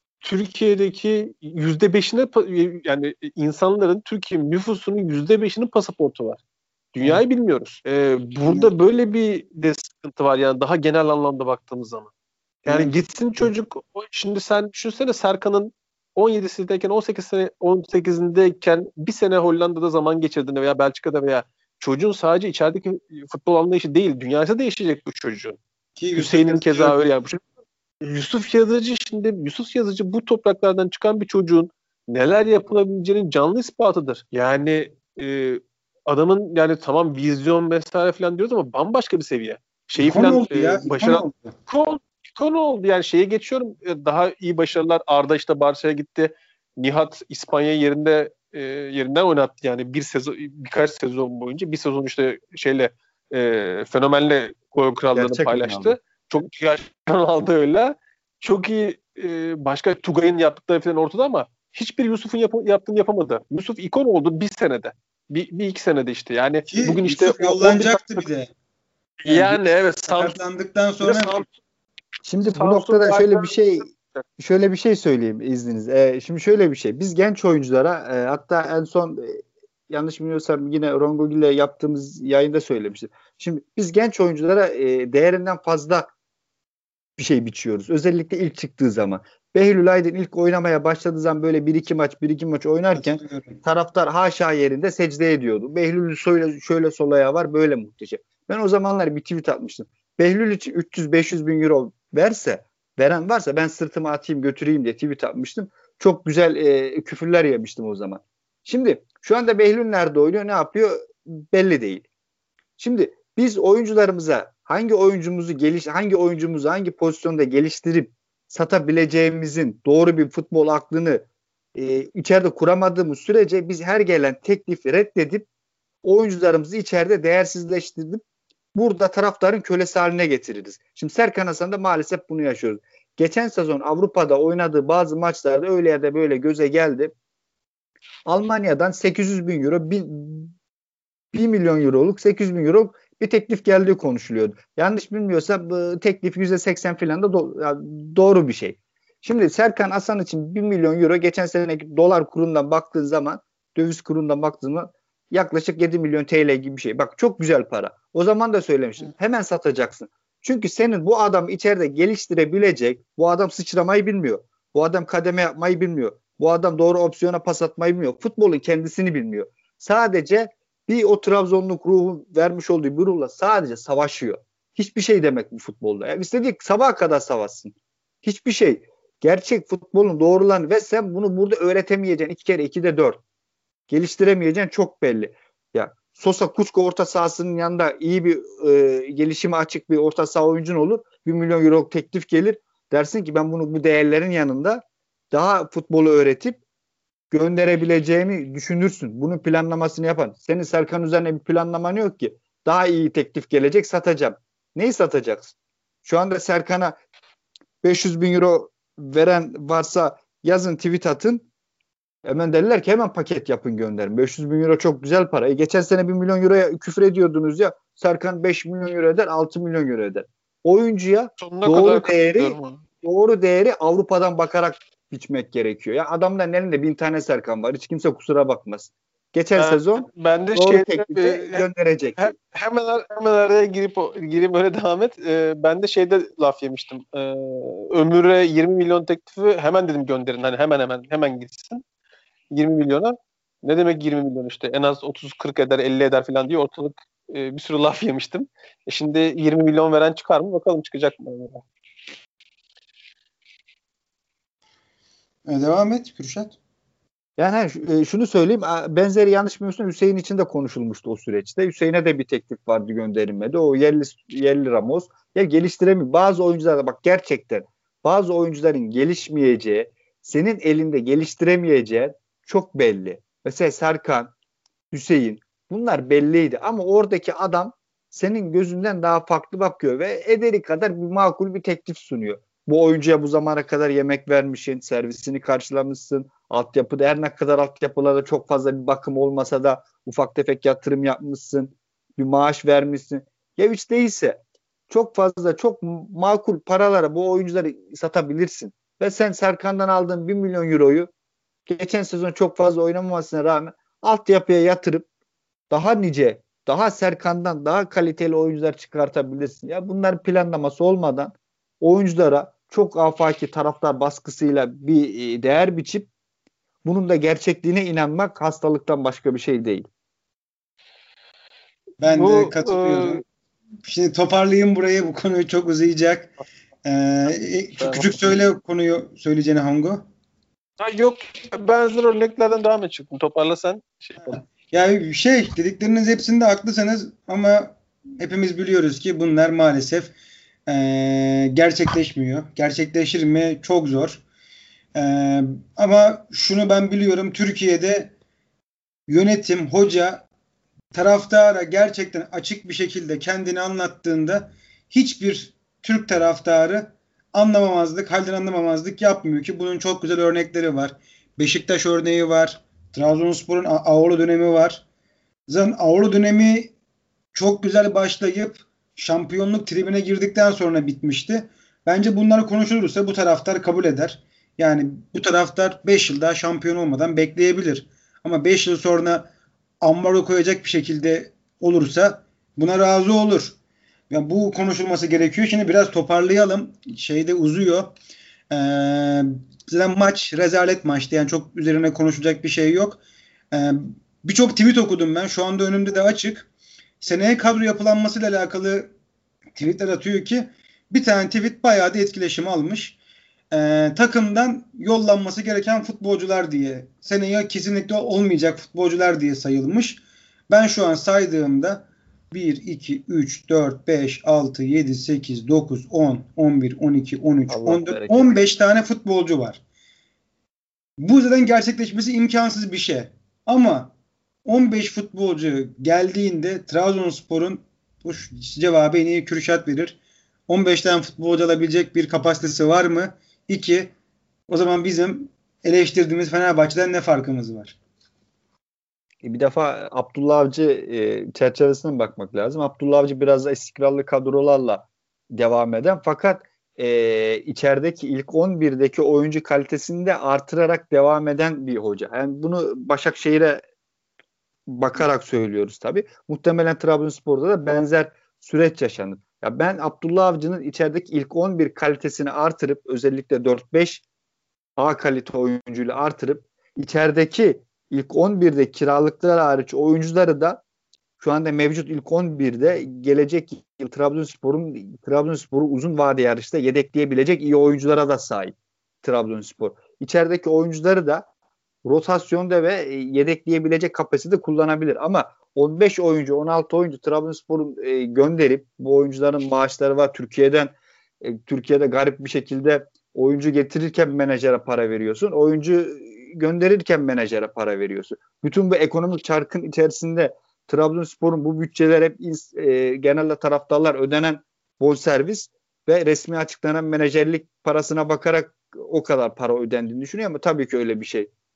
Türkiye'deki yüzde beşine yani insanların Türkiye nüfusunun yüzde beşinin pasaportu var. Evet. Dünyayı bilmiyoruz. Ee, burada böyle bir de sıkıntı var yani daha genel anlamda baktığımız zaman. Yani Yani gitsin çocuk şimdi sen düşünsene Serkan'ın on yedisindeyken on sekiz sene on sekizindeyken bir sene Hollanda'da zaman geçirdiğinde veya Belçika'da veya çocuğun sadece içerideki futbol anlayışı değil dünyası değişecek bu çocuğun. ki Yusuf Hüseyin'in Yazıcı keza öyle örneği. yani. Yusuf Yazıcı şimdi Yusuf Yazıcı bu topraklardan çıkan bir çocuğun neler yapılabileceğinin canlı ispatıdır. Yani e, adamın yani tamam vizyon vesaire falan diyoruz ama bambaşka bir seviye. Şeyi İkon falan oldu ya. e, İkon başaran oldu. ikon, ikon oldu. Yani şeye geçiyorum e, daha iyi başarılar. Arda işte Barça'ya gitti. Nihat İspanya yerinde e, yerinden oynattı yani bir sezon birkaç sezon boyunca bir sezon işte şeyle e, fenomenle gol krallığını Gerçek Ronaldo. paylaştı. Çok gerçekten aldı öyle. Çok iyi e, başka Tugay'ın yaptıkları falan ortada ama hiçbir Yusuf'un yap- yaptığını yapamadı. Yusuf ikon oldu bir senede. Bir, bir iki senede işte. Yani Ki bugün işte Yusuf o on bir yollanacaktı bir takım de. Yani bir yani evet Samsun sakatlandıktan bir de sonra Samsun, Şimdi bu Samsun noktada şöyle galiba bir şey şöyle bir şey söyleyeyim izninizle. Ee, şimdi şöyle bir şey. Biz genç oyunculara e, hatta en son e, yanlış bilmiyorsam yine Rongo ile yaptığımız yayında söylemiştim. Şimdi biz genç oyunculara e, değerinden fazla bir şey biçiyoruz. Özellikle ilk çıktığı zaman. Behlül Aydın ilk oynamaya başladığı zaman böyle bir iki maç bir iki maç oynarken hatırlıyorum. taraftar haşa yerinde secde ediyordu. Behlül şöyle, şöyle sol ayağı var böyle muhteşem. Ben o zamanlar bir tweet atmıştım. Behlül için üç yüz beş yüz bin euro verse veren varsa ben sırtıma atayım götüreyim diye tweet atmıştım. Çok güzel e, küfürler yemiştim o zaman. Şimdi şu anda Behlül nerede oynuyor ne yapıyor belli değil. Şimdi biz oyuncularımıza hangi oyuncumuzu geliş hangi oyuncumuzu hangi pozisyonda geliştirip satabileceğimizin doğru bir futbol aklını e, içeride kuramadığımız sürece biz her gelen teklifi reddedip oyuncularımızı içeride değersizleştirip burada taraftarın kölesi haline getiririz. Şimdi Serkan Hasan'da maalesef bunu yaşıyoruz. Geçen sezon Avrupa'da oynadığı bazı maçlarda öyle ya da böyle göze geldi. Almanya'dan sekiz yüz bin euro bir, bir milyon euroluk sekiz yüz bin euro bir teklif geldiği konuşuluyordu. Yanlış bilmiyorsam bu teklif yüzde seksen falan da do- yani doğru bir şey. Şimdi Serkan Hasan için bir milyon euro geçen seneki dolar kurundan baktığın zaman döviz kurundan baktığın zaman yaklaşık yedi milyon T L gibi bir şey. Bak çok güzel para. O zaman da söylemiştim. Hemen satacaksın. Çünkü senin bu adam içeride geliştirebilecek, bu adam sıçramayı bilmiyor. Bu adam kademe yapmayı bilmiyor. Bu adam doğru opsiyona pas atmayı bilmiyor. Futbolun kendisini bilmiyor. Sadece bir o Trabzonluk ruhu vermiş olduğu bir ruhla sadece savaşıyor. Hiçbir şey demek bu futbolda. Yani istedik sabaha kadar savaşsın. Hiçbir şey. Gerçek futbolun doğrularını ve sen bunu burada öğretemeyeceksin. İki kere iki de dört. Geliştiremeyeceksin çok belli. Ya Sosa Kuşko orta sahasının yanında iyi bir e, gelişime açık bir orta saha oyuncun olur. Bir milyon euro teklif gelir. Dersin ki ben bunu bu değerlerin yanında daha futbolu öğretip gönderebileceğimi düşünürsün. Bunun planlamasını yapan. Senin Serkan üzerine bir planlaman yok ki. Daha iyi teklif gelecek satacağım. Neyi satacaksın? Şu anda Serkan'a beş yüz bin euro veren varsa yazın tweet atın. Hemen dediler ki hemen paket yapın gönderin. beş yüz bin euro çok güzel para. E, geçen sene bir milyon euroya küfür ediyordunuz ya. Serkan beş milyon euro eder, altı milyon euro eder. Oyuncuya Sonuna doğru kadar değeri katılıyorum. doğru değeri Avrupa'dan bakarak biçmek gerekiyor. Ya adamların elinde bin tane Serkan var. Hiç kimse kusura bakmaz. Geçen Ben, sezon ben de doğru şeyde teklife e, gönderecek. he- hemen ar- hemen araya girip o- gireyim öyle devam et. E, ben de şeyde laf yemiştim. E, Ömür'e yirmi milyon teklifi hemen dedim gönderin. Hani hemen hemen hemen gitsin. yirmi milyona. Ne demek yirmi milyon işte? En az otuz kırk eder, elli eder falan diye ortalık e, bir sürü laf yemiştim. E şimdi yirmi milyon veren çıkar mı? Bakalım çıkacak mı? E, devam et Kürşat. Yani he, şunu söyleyeyim, benzeri yanlış bilmiyorsam Hüseyin için de konuşulmuştu o süreçte. Hüseyin'e de bir teklif vardı gönderilmedi. O yerli yerli Ramos. Ya geliştiremiyor. Bazı oyuncular bak gerçekten bazı oyuncuların gelişmeyeceği, senin elinde geliştiremeyeceği çok belli. Mesela Serkan, Hüseyin bunlar belliydi ama oradaki adam senin gözünden daha farklı bakıyor ve ederi kadar bir makul bir teklif sunuyor. Bu oyuncuya bu zamana kadar yemek vermişsin, servisini karşılamışsın. Altyapıda her ne kadar altyapılarda çok fazla bir bakım olmasa da ufak tefek yatırım yapmışsın. Bir maaş vermişsin. Ya hiç değilse çok fazla çok makul paralara bu oyuncuları satabilirsin. Ve sen Serkan'dan aldığın bir milyon euroyu geçen sezon çok fazla oynamamasına rağmen altyapıya yatırıp daha nice, daha Serkan'dan daha kaliteli oyuncular çıkartabilirsin. Ya bunların planlaması olmadan oyunculara çok afaki taraftar baskısıyla bir e, değer biçip bunun da gerçekliğine inanmak hastalıktan başka bir şey değil. Ben de Bu e, katılıyorum. Şimdi toparlayayım burayı. Bu konu çok uzayacak. Ee, çok küçük söyle konuyu söyleyeceğini Hango. ha, yok benzer örneklerden devam edecektim. Toparla sen. Şey yapalım. Yani şey dedikleriniz hepsinde haklısınız ama hepimiz biliyoruz ki bunlar maalesef ee, gerçekleşmiyor. Gerçekleşir mi? Çok zor. Ee, ama şunu ben biliyorum. Türkiye'de yönetim, hoca taraftara gerçekten açık bir şekilde kendini anlattığında hiçbir Türk taraftarı anlamamazlık, halden anlamamazlık yapmıyor ki bunun çok güzel örnekleri var. Beşiktaş örneği var. Trabzonspor'un Ağolu dönemi var. Zaten Ağolu dönemi çok güzel başlayıp şampiyonluk tribine girdikten sonra bitmişti. Bence bunlar konuşulursa bu taraftar kabul eder. Yani bu taraftar beş yıl daha şampiyon olmadan bekleyebilir. Ama beş yıl sonra ambargo koyacak bir şekilde olursa buna razı olur. Yani bu konuşulması gerekiyor. Şimdi biraz toparlayalım. Şeyde uzuyor. Ee, zaten maç rezalet maçtı. Yani çok üzerine konuşacak bir şey yok. Ee, Birçok tweet okudum ben. Şu anda önümde de açık. Seneye kadro yapılanmasıyla alakalı tweetler atıyor ki bir tane tweet bayağı da etkileşim almış. Ee, takımdan yollanması gereken futbolcular diye, seneye kesinlikle olmayacak futbolcular diye sayılmış. Ben şu an saydığımda bir, iki, üç, dört, beş, altı, yedi, sekiz, dokuz, on, on bir, on iki, on üç, Allah on dört, bereket. on beş tane futbolcu var. Bu zaten gerçekleşmesi imkansız bir şey. Ama on beş futbolcu geldiğinde Trabzonspor'un bu cevabı en iyi Kürşat verir. on beş tane futbolcu alabilecek bir kapasitesi var mı? İki, o zaman bizim eleştirdiğimiz Fenerbahçe'den ne farkımız var? Bir defa Abdullah Avcı e, çerçevesine bakmak lazım. Abdullah Avcı biraz da istikrarlı kadrolarla devam eden fakat e, içerideki ilk on birdeki oyuncu kalitesini de artırarak devam eden bir hoca. Yani bunu Başakşehir'e bakarak söylüyoruz tabii. Muhtemelen Trabzonspor'da da benzer süreç yaşanır. Ya ben Abdullah Avcı'nın içerideki ilk on bir kalitesini artırıp özellikle dört beş A kalite oyuncuyla artırıp içerideki ilk on birde kiralıklar hariç oyuncuları da şu anda mevcut ilk on birde gelecek yıl Trabzonspor'un Trabzonspor'u uzun vade yarışta yedekleyebilecek iyi oyunculara da sahip Trabzonspor. İçerideki oyuncuları da rotasyonda ve yedekleyebilecek kapasitede kullanabilir. Ama on beş oyuncu, on altı oyuncu Trabzonspor'un e, gönderip bu oyuncuların maaşları var. Türkiye'den e, Türkiye'de garip bir şekilde oyuncu getirirken menajere para veriyorsun. Oyuncu gönderirken menajere para veriyorsun. Bütün bu ekonomik çarkın içerisinde Trabzonspor'un bu bütçeler hep e, genelde taraftarlar ödenen bonservis ve resmi açıklanan menajerlik parasına bakarak o kadar para ödendiğini düşünüyor ama tabii ki öyle bir şey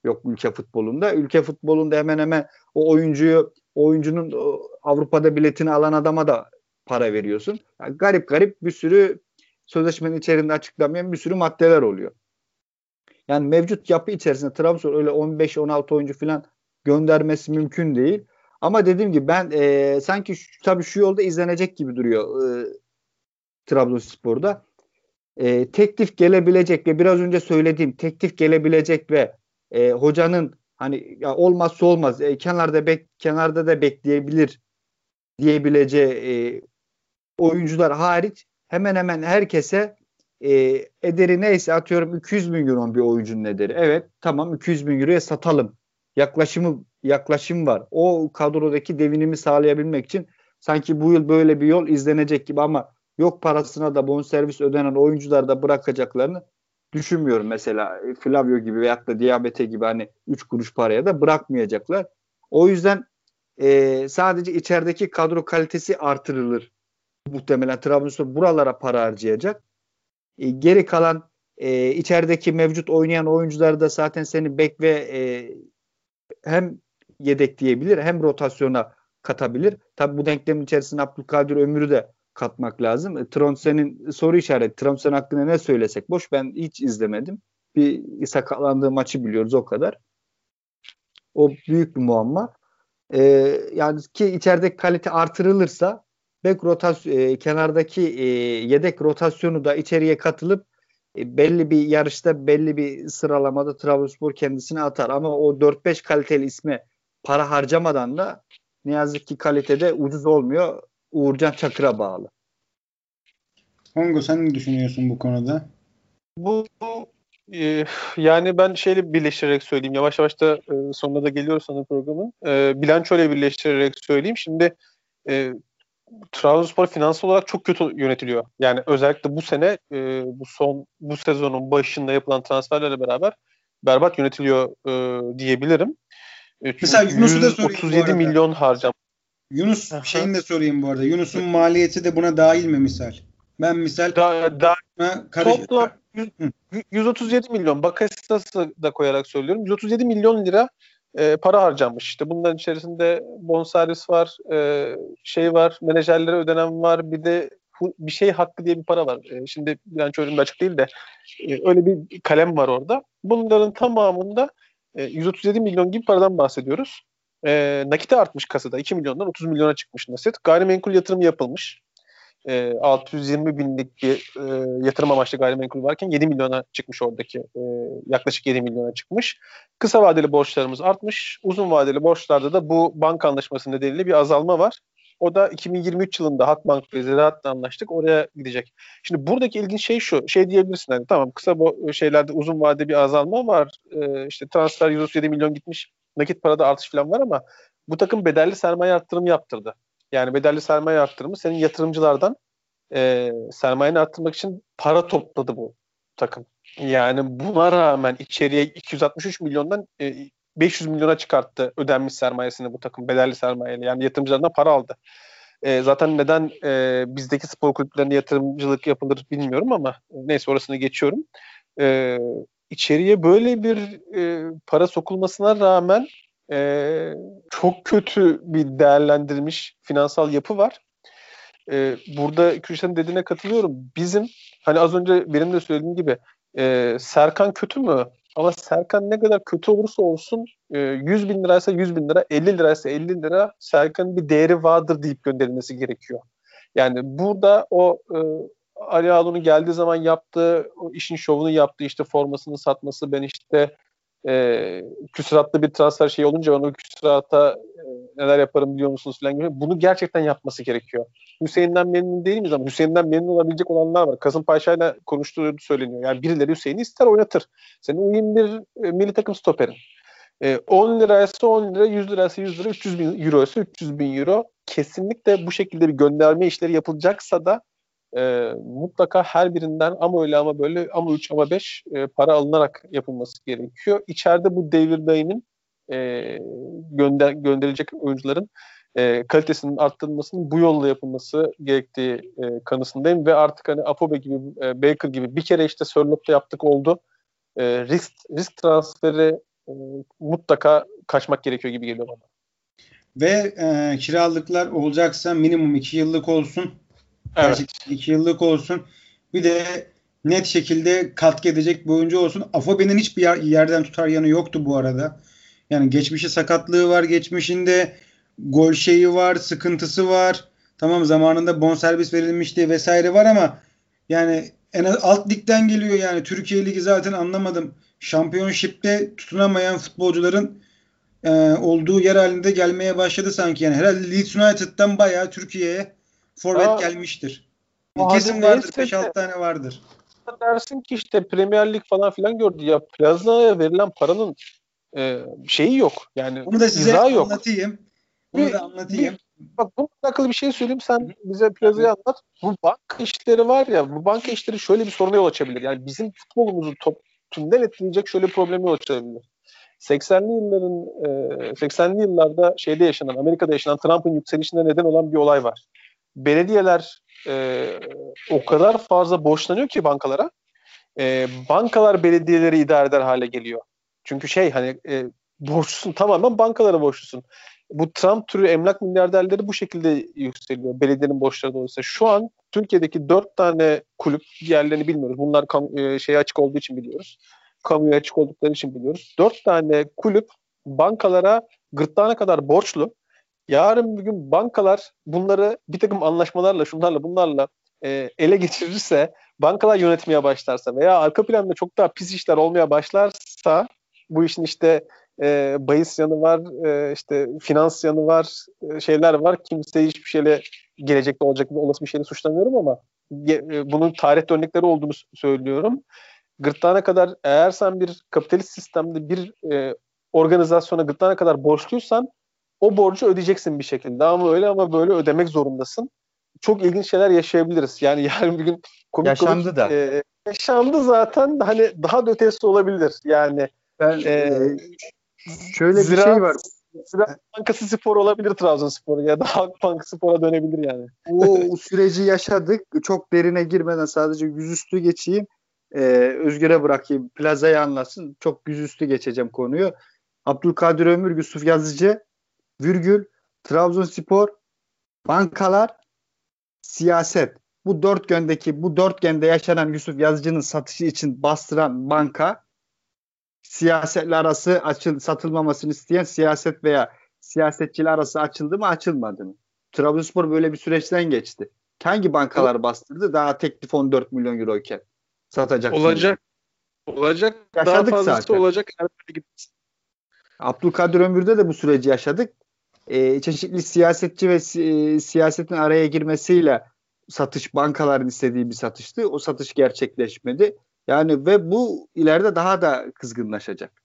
yok ülke futbolunda. Ülke futbolunda hemen hemen o oyuncuyu, o oyuncunun o Avrupa'da biletini alan adama da para veriyorsun. Yani garip garip bir sürü sözleşmenin içerisinde açıklamayan bir sürü maddeler oluyor. Yani mevcut yapı içerisinde Trabzon öyle on beş on altı oyuncu falan göndermesi mümkün değil. Ama dediğim gibi ben e, sanki şu, tabii şu yolda izlenecek gibi duruyor e, Trabzonspor'da. E, teklif gelebilecek ve biraz önce söylediğim teklif gelebilecek ve e, hocanın hani ya olmazsa olmaz e, kenarda bek kenarda da bekleyebilir diyebileceği e, oyuncular hariç hemen hemen herkese e, ederi neyse atıyorum iki yüz bin euro bir oyuncunun ederi. Evet tamam iki yüz bin euroya satalım. Yaklaşımı yaklaşım var. O kadrodaki devinimi sağlayabilmek için sanki bu yıl böyle bir yol izlenecek gibi ama yok parasına da bonservis ödenen oyuncular da bırakacaklarını düşünmüyorum. Mesela Flavio gibi veyahut da Diabete gibi hani üç kuruş paraya da bırakmayacaklar. O yüzden e, sadece içerideki kadro kalitesi artırılır. Muhtemelen Trabzonspor buralara para harcayacak. E, geri kalan e, içerideki mevcut oynayan oyuncuları da zaten senin bek ve e, hem yedekleyebilir hem rotasyona katabilir. Tabi bu denklemin içerisine Abdülkadir Ömür'ü de katmak lazım. E, Trondsen'in soru işareti. Trondsen hakkında ne söylesek boş. Ben hiç izlemedim. Bir sakatlandığı maçı biliyoruz o kadar. O büyük bir muamma. E, yani ki içerideki kalite artırılırsa bek rotasyon e, kenardaki e, yedek rotasyonu da içeriye katılıp e, belli bir yarışta belli bir sıralamada Trabzonspor kendisini atar ama o dört beş kaliteli isme para harcamadan da ne yazık ki kalitede ucuz olmuyor. Uğurcan Çakır'a bağlı. Hongo sen ne düşünüyorsun bu konuda? Bu e, yani ben şeyle birleştirerek söyleyeyim. Yavaş yavaş da e, sonuna da geliyoruz sanırım programın. E, bilançoyla birleştirerek söyleyeyim. Şimdi e, Trabzonspor finansal olarak çok kötü yönetiliyor. Yani özellikle bu sene e, bu son bu sezonun başında yapılan transferlerle beraber berbat yönetiliyor e, diyebilirim. E, Mesela çünkü Yunus'u da sorayım bu yüz otuz yedi arada. milyon harcam. Yunus Aha. şeyini de sorayım bu arada. Yunus'un maliyeti de buna dahil mi misal? Ben misal Da, da, karış... toplam yüz otuz yedi milyon Bakasetas'ı da koyarak söylüyorum. yüz otuz yedi milyon lira e, para harcanmış. İşte bunların içerisinde bonservis var, e, şey var, menajerlere ödenen var, bir de bir şey hakkı diye bir para var. E, şimdi bilanço önümde açık değil de e, öyle bir kalem var orada. Bunların tamamında e, yüz otuz yedi milyon gibi paradan bahsediyoruz. E, nakite artmış kasada. iki milyondan otuz milyona çıkmış nakit. Gayrimenkul yatırımı yapılmış. E, altı yüz yirmi binlik bir e, yatırım amaçlı gayrimenkul varken yedi milyona çıkmış oradaki. E, yaklaşık yedi milyona çıkmış. Kısa vadeli borçlarımız artmış. Uzun vadeli borçlarda da bu banka anlaşması nedeniyle bir azalma var. O da iki bin yirmi üç yılında Halkbank ve Ziraat'la anlaştık. Oraya gidecek. Şimdi buradaki ilginç şey şu. Şey diyebilirsin hani tamam kısa bu şeylerde uzun vadede bir azalma var. E, işte transfer yüz otuz yedi milyon gitmiş. Nakit parada artış falan var ama bu takım bedelli sermaye arttırımı yaptırdı. Yani bedelli sermaye arttırımı senin yatırımcılardan e, sermayeni arttırmak için para topladı bu takım. Yani buna rağmen içeriye iki yüz altmış üç milyondan e, beş yüz milyona çıkarttı ödenmiş sermayesini bu takım bedelli sermayeyle. Yani yatırımcılardan para aldı. E, zaten neden e, bizdeki spor kulüplerinde yatırımcılık yapılır bilmiyorum ama neyse orasını geçiyorum. E, içeriye böyle bir e, para sokulmasına rağmen e, çok kötü bir değerlendirilmiş finansal yapı var. Ee, burada Kürşat'ın dediğine katılıyorum. Bizim hani az önce benim de söylediğim gibi e, Serkan kötü mü? Ama Serkan ne kadar kötü olursa olsun e, yüz bin liraysa yüz bin lira, elli liraysa elli lira Serkan'ın bir değeri vardır deyip gönderilmesi gerekiyor. Yani burada o e, Ali Ağaoğlu'nun geldiği zaman yaptığı o işin şovunu yaptığı işte formasını satması ben işte e, küsuratlı bir transfer şey olunca onu küsurata e, neler yaparım biliyor musunuz falan gibi. Bunu gerçekten yapması gerekiyor. Hüseyin'den memnun değil miyiz ama Hüseyin'den memnun olabilecek olanlar var. Kasımpaşa'yla konuştuğu söyleniyor. Yani birileri Hüseyin'i ister oynatır. Senin uyum bir e, milli takım stoperin. E, on liraysa on lira, yüz liraysa yüz lira, üç yüz bin euro ise üç yüz bin euro. Kesinlikle bu şekilde bir gönderme işleri yapılacaksa da e, mutlaka her birinden ama öyle ama böyle ama üç ama beş e, para alınarak yapılması gerekiyor. İçeride bu devir dayının e, gönder, gönderilecek oyuncuların e, kalitesinin arttırılmasının bu yolla yapılması gerektiği e, kanısındayım ve artık hani Afobe gibi, e, Baker gibi bir kere işte Sörlot'ta yaptık oldu. E, risk risk transferi e, mutlaka kaçmak gerekiyor gibi geliyor bana. Ve e, kiralıklar olacaksa minimum iki yıllık olsun. Evet. Gerçekten iki yıllık olsun. Bir de net şekilde katkı edecek bir oyuncu olsun. Afobe'nin hiçbir yer, yerden tutar yanı yoktu bu arada. Yani geçmişi sakatlığı var. Geçmişinde gol şeyi var. Sıkıntısı var. Tamam, zamanında bonservis verilmişti vesaire var ama yani en az alt ligden geliyor yani. Türkiye Ligi zaten anlamadım. Şampiyonşipte tutunamayan futbolcuların e, olduğu yer halinde gelmeye başladı sanki. Yani herhalde Leeds United'dan bayağı Türkiye'ye forvet Aa, gelmiştir. o Kesin halde vardır. neyse beş altı de tane vardır. dersin ki işte Premier Lig falan filan gördü ya, Plaza'ya verilen paranın e, şeyi yok. Yani Bunu da size izahı yok. anlatayım. Bunu Bir, da anlatayım. bir, bak bununla alakalı bir şey söyleyeyim, sen bize Tabii. Plaza'yı anlat. Bu banka işleri var ya, bu banka işleri şöyle bir soruna yol açabilir. Yani bizim futbolumuzu top, tümden etkileyecek şöyle bir probleme yol açabilir. seksenli yılların e, seksenli yıllarda şeyde yaşanan, Amerika'da yaşanan Trump'ın yükselişine neden olan bir olay var. Belediyeler e, o kadar fazla borçlanıyor ki bankalara. E, bankalar belediyeleri idare eder hale geliyor. Çünkü şey hani e, borçlusun, tamamen bankalara borçlusun. Bu Trump türü emlak milyarderleri bu şekilde yükseliyor. Belediyenin borçları dolayısıyla. Şu an Türkiye'deki dört tane kulüp, yerlerini bilmiyoruz. Bunlar kam- e, şeye açık olduğu için biliyoruz. Kamuya açık oldukları için biliyoruz. Dört tane kulüp bankalara gırtlağına kadar borçlu. Yarın bir gün bankalar bunları bir takım anlaşmalarla, şunlarla bunlarla e, ele geçirirse, bankalar yönetmeye başlarsa veya arka planda çok daha pis işler olmaya başlarsa, bu işin işte e, bahis yanı var, e, işte finans yanı var, e, şeyler var. Kimse hiçbir şeyle gelecekte olacak bir olası bir şeyle suçlamıyorum ama e, bunun tarihte örnekleri olduğunu söylüyorum. Gırtlağına kadar, eğer sen bir kapitalist sistemde bir e, organizasyona gırtlağına kadar borçluysan o borcu ödeyeceksin bir şekilde. Ama öyle ama böyle ödemek zorundasın. Çok ilginç şeyler yaşayabiliriz. Yani yarın bir gün komik Yaşandı komik da. e, yaşandı zaten, hani daha da ötesi olabilir. Yani Ben e, e, şöyle bir Ziraat, şey var. Ziraat Bankası Spor olabilir Trabzonspor ya da Halkbank Spor'a dönebilir yani. O süreci yaşadık. Çok derine girmeden sadece yüzüstü geçeyim. Ee, Özgür'e bırakayım. Plaza'yı anlatsın. Çok yüzüstü geçeceğim konuyu. Abdülkadir Ömür, Yusuf Yazıcı, virgül, Trabzonspor, bankalar, siyaset. Bu dörtgendeki, bu dörtgende yaşanan Yusuf Yazıcı'nın satışı için bastıran banka, siyasetle arası açıl, satılmamasını isteyen siyaset veya siyasetçiler arası açıldı mı açılmadı mı? Trabzonspor böyle bir süreçten geçti. Hangi bankalar bastırdı? Daha teklif on dört milyon euroyken satacaksın Olacak. diye. Olacak. Daha Yaşadık fazlası zaten. olacak. Abdülkadir Ömür'de de bu süreci yaşadık. Ee, çeşitli siyasetçi ve si- siyasetin araya girmesiyle satış, bankaların istediği bir satıştı. O satış gerçekleşmedi. Yani ve bu ileride daha da kızgınlaşacak.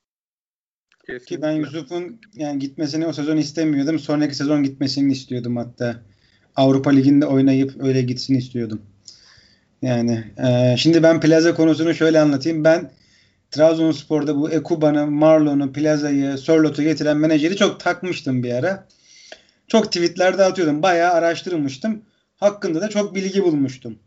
Ki ben Yusuf'un yani gitmesini o sezon istemiyordum. Sonraki sezon gitmesini istiyordum hatta. Avrupa Ligi'nde oynayıp öyle gitsin istiyordum. Yani e, şimdi ben Plaza konusunu şöyle anlatayım. Ben Trabzonspor'da bu Ekuban'ı, Marlon'u, Plaza'yı, Sörlot'u getiren menajeri çok takmıştım bir ara. Çok tweetler dağıtıyordum. Bayağı araştırmıştım. Hakkında da çok bilgi bulmuştum.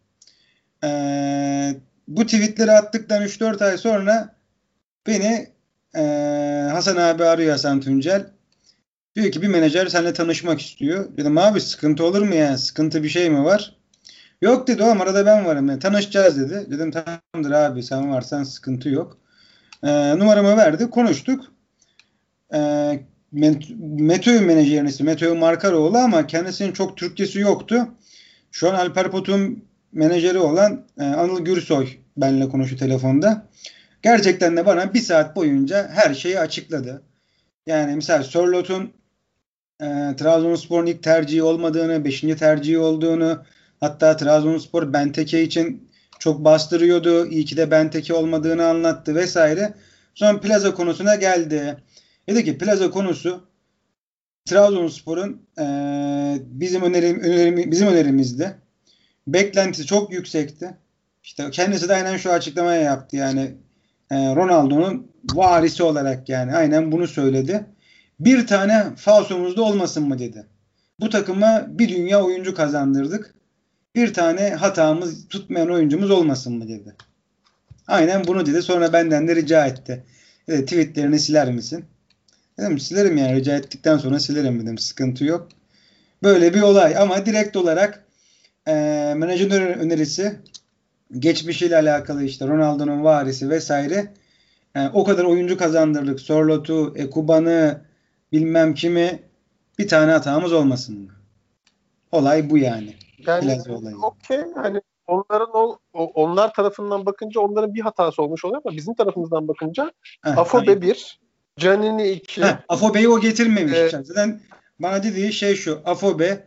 Ee, bu tweetleri attıktan üç dört ay sonra beni e, Hasan abi arıyor, Hasan Tuncel. Diyor ki bir menajer seninle tanışmak istiyor. Dedim abi sıkıntı olur mu ya? Sıkıntı bir şey mi var? Yok dedi, oğlum arada ben varım. Yani, tanışacağız dedi. Dedim tamamdır abi, sen varsan sıkıntı yok. Ee, numaramı verdi. Konuştuk. Ee, Meteo menajerin ismi Meteo Markaroğlu ama kendisinin çok Türkçesi yoktu. Şu an Alper Potuk'un menajeri olan e, Anıl Gürsoy benimle konuştu telefonda. Gerçekten de bana bir saat boyunca her şeyi açıkladı. Yani mesela Sörlot'un e, Trabzonspor'un ilk tercihi olmadığını, beşinci tercihi olduğunu, hatta Trabzonspor Benteke için çok bastırıyordu. İyi ki de Benteke olmadığını anlattı vesaire. Sonra Plaza konusuna geldi. Dedi ki Plaza konusu Trabzonspor'un e, bizim önerim, önerim bizim önerimizdi. Beklentisi çok yüksekti. İşte kendisi de aynen şu açıklamayı yaptı yani e, Ronaldo'nun varisi olarak yani aynen bunu söyledi. Bir tane falsomuz da olmasın mı dedi. Bu takıma bir dünya oyuncu kazandırdık. Bir tane hatamız, tutmayan oyuncumuz olmasın mı dedi. Aynen bunu dedi. Sonra benden de rica etti. Dedi, tweetlerini siler misin? Dedim silerim yani, rica ettikten sonra silerim dedim. Sıkıntı yok. Böyle bir olay ama direkt olarak e, menajer önerisi, geçmişiyle alakalı işte Ronaldo'nun varisi vesaire, yani o kadar oyuncu kazandırdık. Sorlot'u, Ekuban'ı, bilmem kimi, bir tane hatamız olmasın mı? Olay bu yani. Yani Plaza olayı. okey, hani onların o, o onlar tarafından bakınca onların bir hatası olmuş oluyor ama bizim tarafımızdan bakınca Heh, Afobe bir, Canini iki. Heh, Afobe'yi o getirmemiş. e, Zaten bana dediği şey şu: Afobe,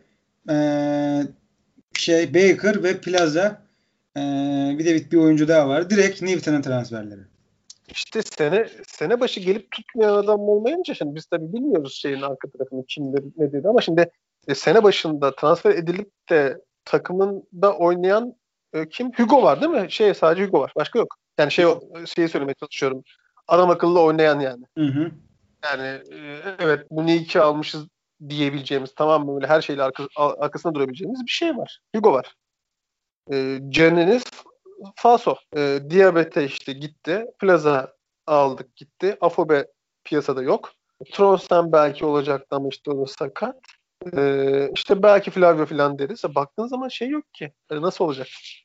ee, şey Baker ve Plaza, ee, bir de bir oyuncu daha var. Direkt Newton'un transferleri. işte sene sene başı gelip tutmayan adam olmayınca şimdi biz tabii bilmiyoruz şeyin arka tarafını kimdir ne dedi ama şimdi e, sene başında transfer edilip de takımında oynayan e, kim? Hugo var değil mi? Şey, sadece Hugo var. Başka yok. Yani şey şeyi söylemeye çalışıyorum. Adam akıllı oynayan yani. Hı hı. Yani e, evet bunu iki almışız diyebileceğimiz, tamam mı, böyle her şeyle arka, arkasında durabileceğimiz bir şey var. Hugo var. E, Caniniz Faso. E, Diabete işte gitti. Plaza aldık gitti. Afobe piyasada yok. Tronsen belki olacaktı ama işte o da sakat. E, işte belki Flavio falan deriz. Baktığın zaman şey yok ki. Yani nasıl olacak?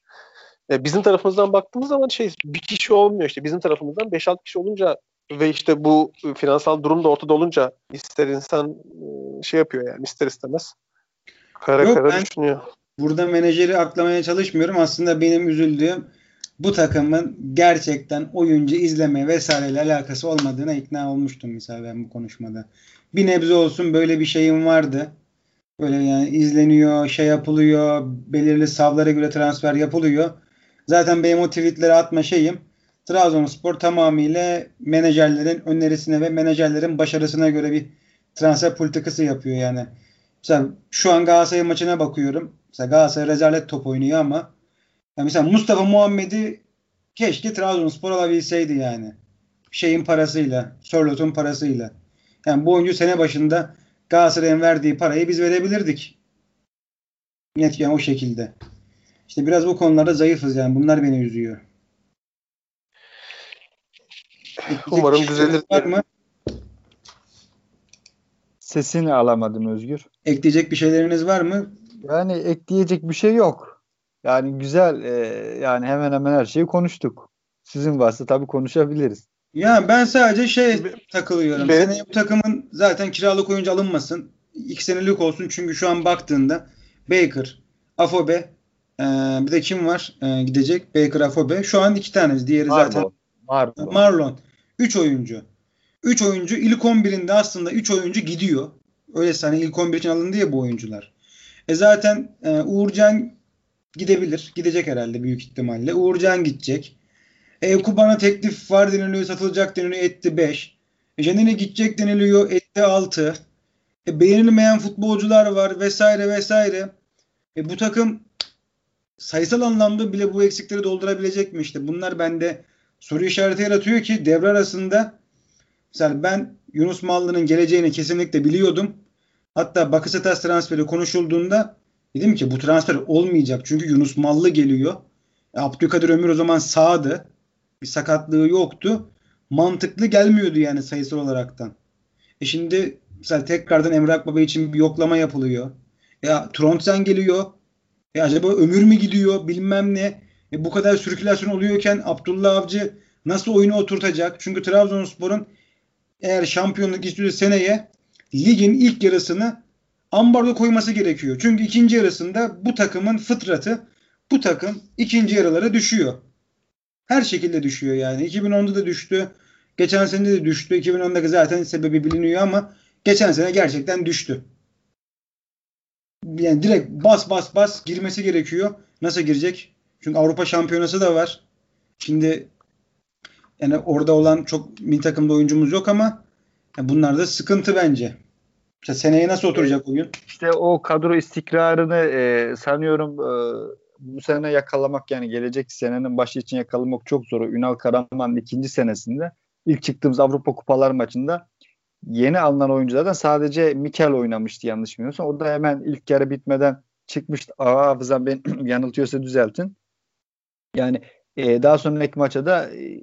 E, bizim tarafımızdan baktığımız zaman şey, bir kişi olmuyor işte. Bizim tarafımızdan beş altı kişi olunca ve işte bu finansal durum da ortada olunca ister insan şey yapıyor yani, ister istemez. Kara Yok, kara ben düşünüyor. burada menajeri aklamaya çalışmıyorum. Aslında benim üzüldüğüm, bu takımın gerçekten oyuncu izleme vesaireyle alakası olmadığına ikna olmuştum mesela ben bu konuşmada. Bir nebze olsun böyle bir şeyim vardı. Böyle yani izleniyor, şey yapılıyor, belirli savlara göre transfer yapılıyor. Zaten benim o tweetleri atma şeyim, Trabzonspor tamamıyla menajerlerin önerisine ve menajerlerin başarısına göre bir transfer politikası yapıyor yani. Mesela şu an Galatasaray maçına bakıyorum. Mesela Galatasaray rezalet top oynuyor ama yani mesela Mustafa Muhammed'i keşke Trabzonspor alabilseydi yani. Şeyin parasıyla, Sörlot'un parasıyla. Yani bu oyuncu sene başında Galatasaray'ın verdiği parayı biz verebilirdik. Net yani o şekilde. İşte biraz bu konularda zayıfız yani. Bunlar beni üzüyor. Ekleyecek bir Umarım şeyleriniz düzelir var diye. mı? Sesini alamadım Özgür. Ekleyecek bir şeyleriniz var mı? Yani ekleyecek bir şey yok. Yani güzel, e, yani hemen hemen her şeyi konuştuk. Sizin varsa tabii konuşabiliriz. Ya ben sadece şey takılıyorum. Benim Seneye bu takımın zaten kiralık oyuncu alınmasın. İki senelik olsun. Çünkü şu an baktığında Baker, Afobe, ee, bir de kim var ee, gidecek? Baker, Afobe. Şu an iki tanesi. Diğeri zaten Marlon. Marlon. Marlon. Üç oyuncu. Üç oyuncu ilk on birinde aslında üç oyuncu gidiyor. Öyleyse hani ilk on bir için alındı ya bu oyuncular. E zaten e, Uğurcan gidebilir. Gidecek herhalde büyük ihtimalle. Uğurcan gidecek. E, Kuban'a teklif var deniliyor. Satılacak deniliyor. Etti beş. E, Jenine gidecek deniliyor. Etti altı. E, beğenilmeyen futbolcular var vesaire vesaire. E, bu takım sayısal anlamda bile bu eksikleri doldurabilecek mi işte? Bunlar bende soru işareti yaratıyor ki devre arasında mesela ben Yunus Mallı'nın geleceğini kesinlikle biliyordum. Hatta Bakasetas transferi konuşulduğunda dedim ki bu transfer olmayacak. Çünkü Yunus Mallı geliyor. E, Abdülkadir Ömür o zaman sağdı. Bir sakatlığı yoktu. Mantıklı gelmiyordu yani sayısal olaraktan. E şimdi mesela tekrardan Emre Akbaba için bir yoklama yapılıyor. Ya Trondsen geliyor. E acaba Ömür mü gidiyor bilmem ne. E bu kadar sirkülasyon oluyorken Abdullah Avcı nasıl oyunu oturtacak? Çünkü Trabzonspor'un eğer şampiyonluk istiyorsa seneye ligin ilk yarısını ambargo koyması gerekiyor. Çünkü ikinci yarısında bu takımın fıtratı, bu takım ikinci yarılara düşüyor. Her şekilde düşüyor yani. iki bin onda da düştü. Geçen sene de düştü. iki bin ondaki zaten sebebi biliniyor ama geçen sene gerçekten düştü. Yani direkt bas bas bas girmesi gerekiyor. Nasıl girecek? Çünkü Avrupa Şampiyonası da var. Şimdi yani orada olan çok milli takımda oyuncumuz yok ama yani bunlar da sıkıntı bence. İşte seneye nasıl oturacak oyun? İşte o kadro istikrarını e, sanıyorum e, bu sene yakalamak, yani gelecek senenin başı için yakalamak çok zor. Ünal Karaman'ın ikinci senesinde ilk çıktığımız Avrupa Kupalar maçında yeni alınan oyunculardan sadece Mikel oynamıştı yanlış bilmiyorsam. O da hemen ilk yarı bitmeden çıkmıştı. Aa, hafızam beni yanıltıyorsa düzeltin. Yani e, daha sonraki maça da e,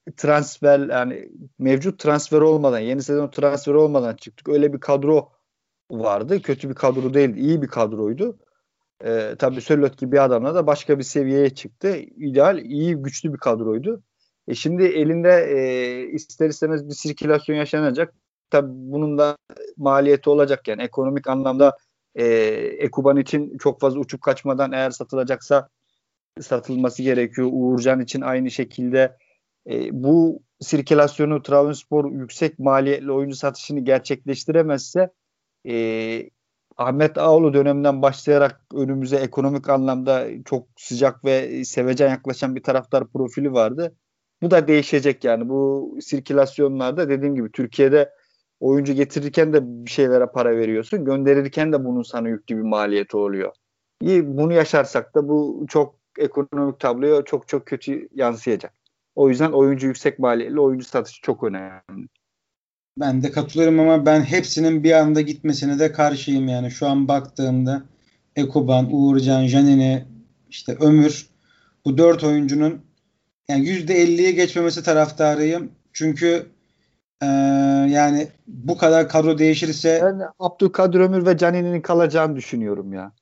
transfer yani mevcut transfer olmadan, yeni sezon transferi olmadan çıktık. Öyle bir kadro vardı. Kötü bir kadro değildi. İyi bir kadroydu. Ee, tabii Sörloth gibi bir adamla da başka bir seviyeye çıktı. İdeal, iyi, güçlü bir kadroydu. E şimdi elinde e, ister istemez bir sirkülasyon yaşanacak. Tabii bunun da maliyeti olacak yani. Ekonomik anlamda e, Ekuban için çok fazla uçup kaçmadan eğer satılacaksa satılması gerekiyor. Uğurcan için aynı şekilde e, bu sirkülasyonu Trabzonspor yüksek maliyetli oyuncu satışını gerçekleştiremezse e, Ahmet Ağoğlu döneminden başlayarak önümüze ekonomik anlamda çok sıcak ve sevecen yaklaşan bir taraftar profili vardı. Bu da değişecek yani. Bu sirkülasyonlarda dediğim gibi Türkiye'de oyuncu getirirken de bir şeylere para veriyorsun. Gönderirken de bunun sana yüklü bir maliyeti oluyor. İyi, bunu yaşarsak da bu çok ekonomik tabloya çok çok kötü yansıyacak. O yüzden oyuncu yüksek maliyetli oyuncu satışı çok önemli. Ben de katılıyorum ama ben hepsinin bir anda gitmesine de karşıyım yani. Şu an baktığımda Ekuban, Uğurcan, Janini, işte Ömür, bu dört oyuncunun yani yüzde elliye geçmemesi taraftarıyım. Çünkü ee, yani bu kadar kadro değişirse Ben Abdülkadir Ömür ve Canini'nin kalacağını düşünüyorum ya.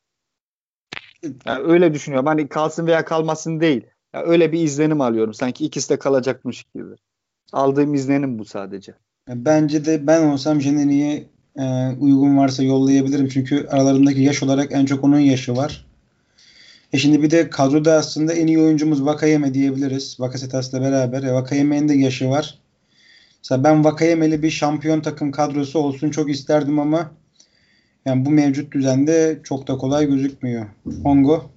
Yani öyle düşünüyorum. Hani kalsın veya kalmasın değil. Yani öyle bir izlenim alıyorum. Sanki ikisi de kalacakmış gibi. Aldığım izlenim bu sadece. bence de ben olsam Janini'yi e, uygun varsa yollayabilirim. Çünkü aralarındaki yaş olarak en çok onun yaşı var. E şimdi bir de kadroda aslında en iyi oyuncumuz Vakayeme diyebiliriz. Bakasetas'la beraber. E, Vakayeme'nin de yaşı var. Mesela ben Vakayeme'li bir şampiyon takım kadrosu olsun çok isterdim ama yani bu mevcut düzende çok da kolay gözükmüyor. Hongo?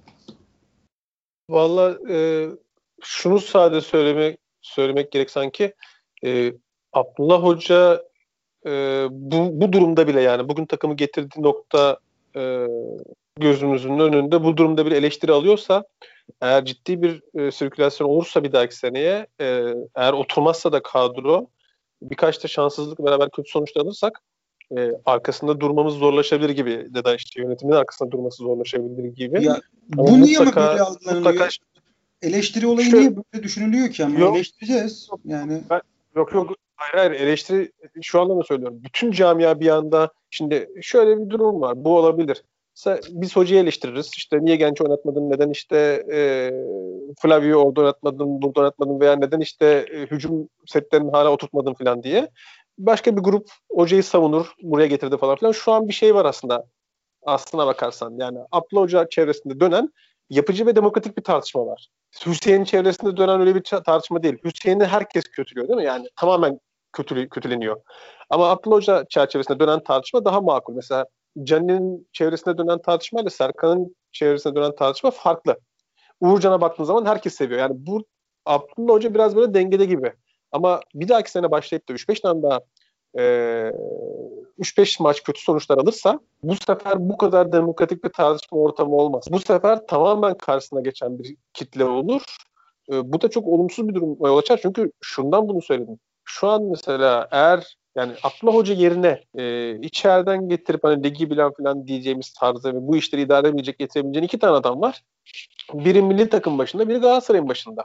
Valla e, şunu sade söylemek söylemek gerek sanki e, Abdullah Hoca e, bu, bu durumda bile yani bugün takımı getirdiği nokta e, gözümüzün önünde bu durumda bile eleştiri alıyorsa eğer ciddi bir e, sirkülasyon olursa bir dahaki seneye e, eğer oturmazsa da kadro birkaç da şanssızlık beraber kötü sonuçlar alırsak e, arkasında durmamız zorlaşabilir gibi ya da işte yönetimin arkasında durması zorlaşabilir gibi. Ya Ama bu niye mi mutlaka, böyle algılanıyor? mutlaka Eleştiri olayı Şu, niye böyle düşünülüyor ki ama yok, eleştireceğiz yani. ben, yok yok hayır hayır eleştiri şu anlamda söylüyorum. Bütün camia bir anda şimdi şöyle bir durum var. Bu olabilir. Mesela biz hocayı eleştiririz. İşte niye genç oynatmadın? Neden işte e, Flavio'yu orada oynatmadın, burada oynatmadın veya neden işte e, hücum setlerini hala oturtmadın falan diye. Başka bir grup hocayı savunur, buraya getirdi falan filan. Şu an bir şey var aslında. Aslına bakarsan yani Abdullah Hoca çevresinde dönen yapıcı ve demokratik bir tartışma var. Hüseyin'in çevresinde dönen öyle bir tartışma değil. Hüseyin'i herkes kötülüyor değil mi? Yani tamamen kötülü, kötüleniyor. Ama Abdullah Hoca çerçevesinde dönen tartışma daha makul. Mesela Can'ın çevresinde dönen tartışma ile Serkan'ın çevresinde dönen tartışma farklı. Uğurcan'a baktığın zaman herkes seviyor. Yani bu Abdullah Hoca biraz böyle dengede gibi. Ama bir dahaki sene başlayıp da üç beş tane daha e, üç beş maç kötü sonuçlar alırsa bu sefer bu kadar demokratik bir tartışma ortamı olmaz. Bu sefer tamamen karşısına geçen bir kitle olur. E, bu da çok olumsuz bir durum yol açar. Çünkü şundan bunu söyledim. Şu an mesela eğer yani Abdullah Hoca yerine e, içeriden getirip hani ligi bilen falan diyeceğimiz tarzda ve bu işleri idare edebilecek getirebileceğin iki tane adam var. Biri milli takım başında, biri Galatasaray'ın başında.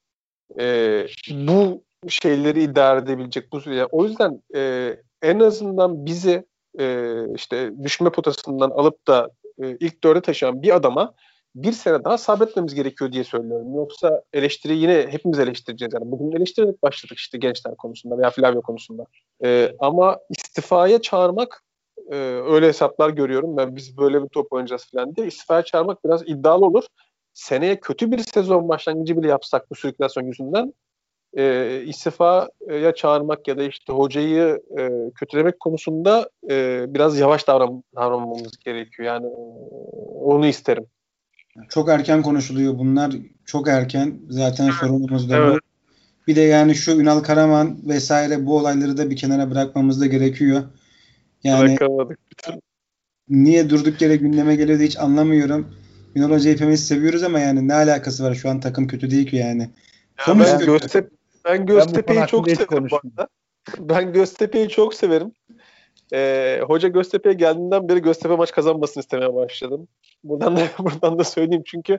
E, bu şeyleri idare edebilecek bu süre. O yüzden e, en azından bizi e, işte düşme potasından alıp da e, ilk dörde taşıyan bir adama bir sene daha sabretmemiz gerekiyor diye söylüyorum. Yoksa eleştiri yine hepimiz eleştireceğiz. Yani bugün eleştirerek başladık işte gençler konusunda veya Flavio konusunda. E, ama istifaya çağırmak e, öyle hesaplar görüyorum. Ben biz böyle bir top oynayacağız falan diye istifaya çağırmak biraz iddialı olur. Seneye kötü bir sezon başlangıcı bile yapsak bu sirkülasyon yüzünden e, istifaya çağırmak ya da işte hocayı e, kötülemek konusunda e, biraz yavaş davran, davranmamız gerekiyor. Yani e, onu isterim. Çok erken konuşuluyor bunlar. Çok erken. Zaten sorunumuz da Evet. bu. Bir de yani şu Ünal Karaman vesaire bu olayları da bir kenara bırakmamız da gerekiyor. Yani Bırakamadık. niye durduk yere gündeme geliyor hiç anlamıyorum. Ünal Hoca'yı hepimiz seviyoruz ama yani ne alakası var? Şu an takım kötü değil ki yani. Ya Sonuç ben kötü. Göztepe ben Göztepe'yi çok severim bu arada. Ben Göztepe'yi çok severim. Ee, hoca Göztepe'ye geldiğinden beri Göztepe maç kazanmasını istemeye başladım. Buradan da buradan da söyleyeyim çünkü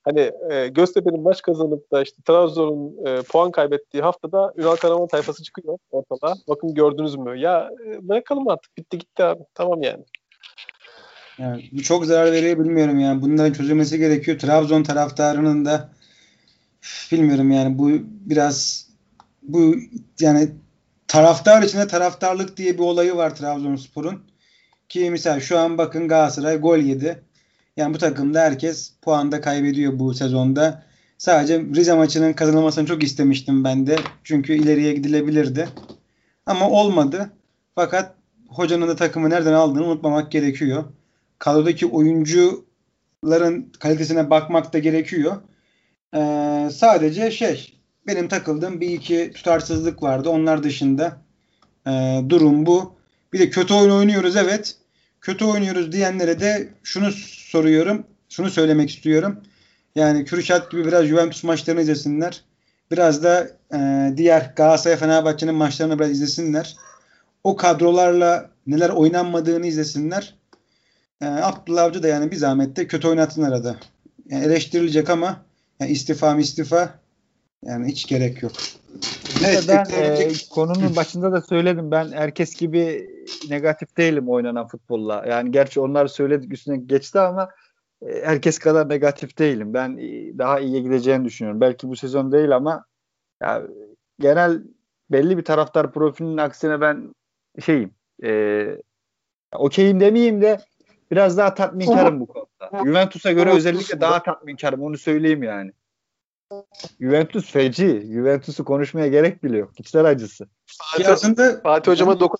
hani e, Göztepe'nin maç kazanıp da işte Trabzon'un e, puan kaybettiği haftada Ünal Karaman tayfası çıkıyor ortalığa. Bakın gördünüz mü? Ya e, bırakalım artık. Bitti gitti abi. Tamam yani. Yani bu çok zarar veriyor bilmiyorum yani. Bunların çözülmesi gerekiyor. Trabzon taraftarının da bilmiyorum yani bu biraz bu yani taraftar içinde taraftarlık diye bir olayı var Trabzonspor'un. Ki mesela şu an bakın Galatasaray gol yedi. Yani bu takımda herkes puanda kaybediyor bu sezonda. Sadece Rize maçının kazanılmasını çok istemiştim ben de. Çünkü ileriye gidilebilirdi. Ama olmadı. Fakat hocanın da takımı nereden aldığını unutmamak gerekiyor. Kadrodaki oyuncuların kalitesine bakmak da gerekiyor. Ee, sadece şey benim takıldığım bir iki tutarsızlık vardı. Onlar dışında e, durum bu. Bir de kötü oyun oynuyoruz evet. Kötü oynuyoruz diyenlere de şunu soruyorum. Şunu söylemek istiyorum. Yani Kürşat gibi biraz Juventus maçlarını izlesinler. Biraz da e, diğer Galatasaray Fenerbahçe'nin maçlarını biraz izlesinler. O kadrolarla neler oynanmadığını izlesinler. E, Abdullah Avcı da yani bir zahmet de kötü oynatsın arada. Yani eleştirilecek ama yani istifa istifa yani hiç gerek yok. Evet, ben e, konunun başında da söyledim. Ben herkes gibi negatif değilim oynanan futbolla. Yani gerçi onlar söyledik üstüne geçti ama e, herkes kadar negatif değilim. Ben e, daha iyiye gideceğini düşünüyorum. Belki bu sezon değil ama ya, genel belli bir taraftar profilinin aksine ben şeyim e, okeyim demeyeyim de biraz daha tatminkarım bu konuda. Juventus'a göre özellikle daha tatminkarım. Onu söyleyeyim yani. Juventus feci. Juventus'u konuşmaya gerek bile yok. İçler acısı. Ki aslında Fatih Hocama dokun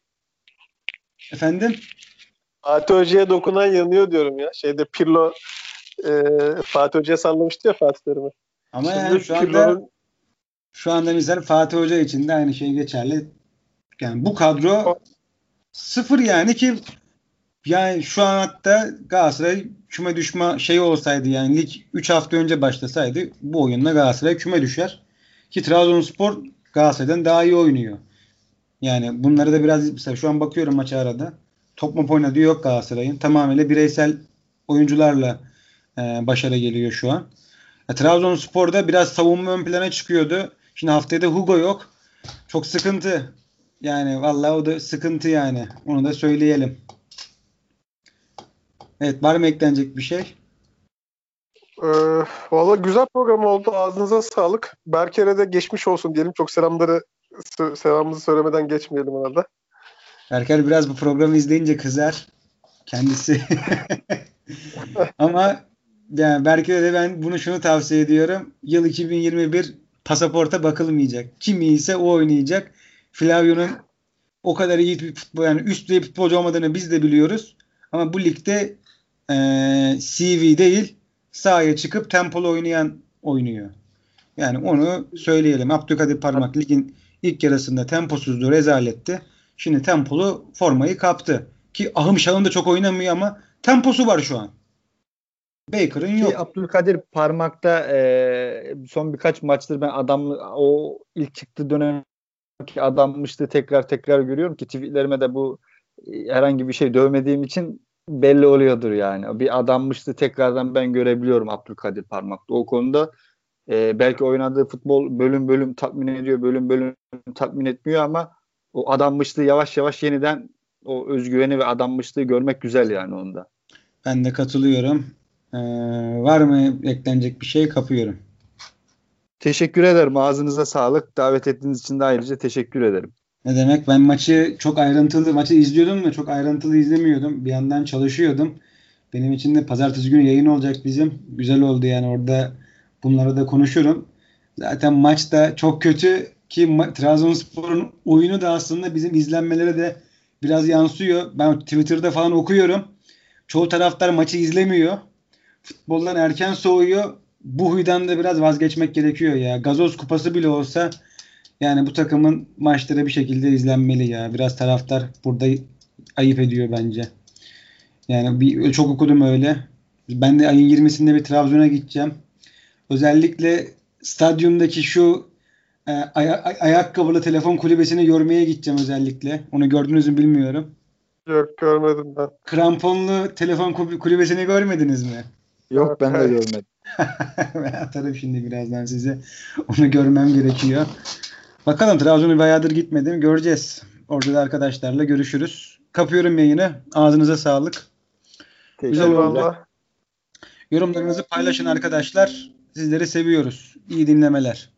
efendim Fatih Hoca'ya dokunan yanıyor diyorum ya. Şeyde Pirlo e, Fatih Hoca'ya sallamıştı ya Fatih Terim'i. ama Şimdi yani şu anda Pirlo'nun şu anda misal Fatih Hoca için de aynı şey geçerli. Yani bu kadro sıfır yani ki yani şu an hatta Galatasaray küme düşme şeyi olsaydı yani lig üç hafta önce başlasaydı bu oyunla Galatasaray küme düşer. Ki Trabzonspor Galatasaray'dan daha iyi oynuyor. Yani bunları da biraz mesela şu an bakıyorum maça arada. Top mop oynadığı yok Galatasaray'ın. Tamamıyla bireysel oyuncularla e, başarı geliyor şu an. E, Trabzonspor'da biraz savunma ön plana çıkıyordu. Şimdi haftaya da Hugo yok. Çok sıkıntı. Yani vallahi o da sıkıntı yani. Onu da söyleyelim. Evet, var mı eklenecek bir şey? e, valla güzel program oldu. Ağzınıza sağlık. Berker'e de geçmiş olsun diyelim. Çok selamları selamımızı söylemeden geçmeyelim ona da. Berker biraz bu programı izleyince kızar. Kendisi. Ama yani Berker'e de ben bunu şunu tavsiye ediyorum. Yıl iki bin yirmi bir pasaporta bakılmayacak. Kim iyiyse o oynayacak. Flavio'nun o kadar iyi bir futbol yani üst düzey futbolcu olmadığını biz de biliyoruz. Ama bu ligde e, C V değil sahaya çıkıp tempolu oynayan oynuyor. Yani onu söyleyelim. Abdülkadir Parmak ligin ilk yarısında temposuzdu, rezaletti. Şimdi tempolu formayı kaptı. Ki ahım şahım da çok oynamıyor ama temposu var şu an. Baker'ın yok. Ki Abdülkadir Parmak'ta e, son birkaç maçtır ben adam o ilk çıktığı dönemki adammıştı tekrar tekrar görüyorum ki tweetlerime de bu e, herhangi bir şey dövmediğim için belli oluyordur yani. Bir adammıştı tekrardan ben görebiliyorum Abdülkadir Parmak'ta. O konuda e, belki oynadığı futbol bölüm bölüm tatmin ediyor, bölüm bölüm tatmin etmiyor ama o adammışlığı yavaş yavaş yeniden o özgüveni ve adammışlığı görmek güzel yani onda. Ben de katılıyorum. Ee, var mı eklenecek bir şey? Kapıyorum. Teşekkür ederim. Ağzınıza sağlık. Davet ettiğiniz için de ayrıca teşekkür ederim. Ne demek? Ben maçı çok ayrıntılı maçı izliyordum da çok ayrıntılı izlemiyordum. Bir yandan çalışıyordum. Benim için de pazartesi günü yayın olacak bizim. Güzel oldu yani orada bunları da konuşurum. Zaten maç da çok kötü ki ma- Trabzonspor'un oyunu da aslında bizim izlenmelere de biraz yansıyor. Ben Twitter'da falan okuyorum. Çoğu taraftar maçı izlemiyor. Futboldan erken soğuyor. Bu huydan da biraz vazgeçmek gerekiyor ya. Gazoz kupası bile olsa yani bu takımın maçları bir şekilde izlenmeli ya. Biraz taraftar burada ayıp ediyor bence. Yani bir, çok okudum öyle. Ben de ayın yirmisinde bir Trabzon'a gideceğim. Özellikle stadyumdaki şu e, aya- ay- ayakkabılı telefon kulübesini görmeye gideceğim özellikle. Onu gördünüz mü bilmiyorum. Yok görmedim ben. Kramponlu telefon kulübesini görmediniz mi? Yok ben de görmedim. Ben atarım şimdi birazdan size. Onu görmem gerekiyor. Bakalım, Trabzon'a bayağıdır gitmedim. Göreceğiz. Orada da arkadaşlarla görüşürüz. Kapıyorum yayını. Ağzınıza sağlık. Güzel oldu. Eyvallah. Yorumlarınızı paylaşın arkadaşlar. Sizleri seviyoruz. İyi dinlemeler.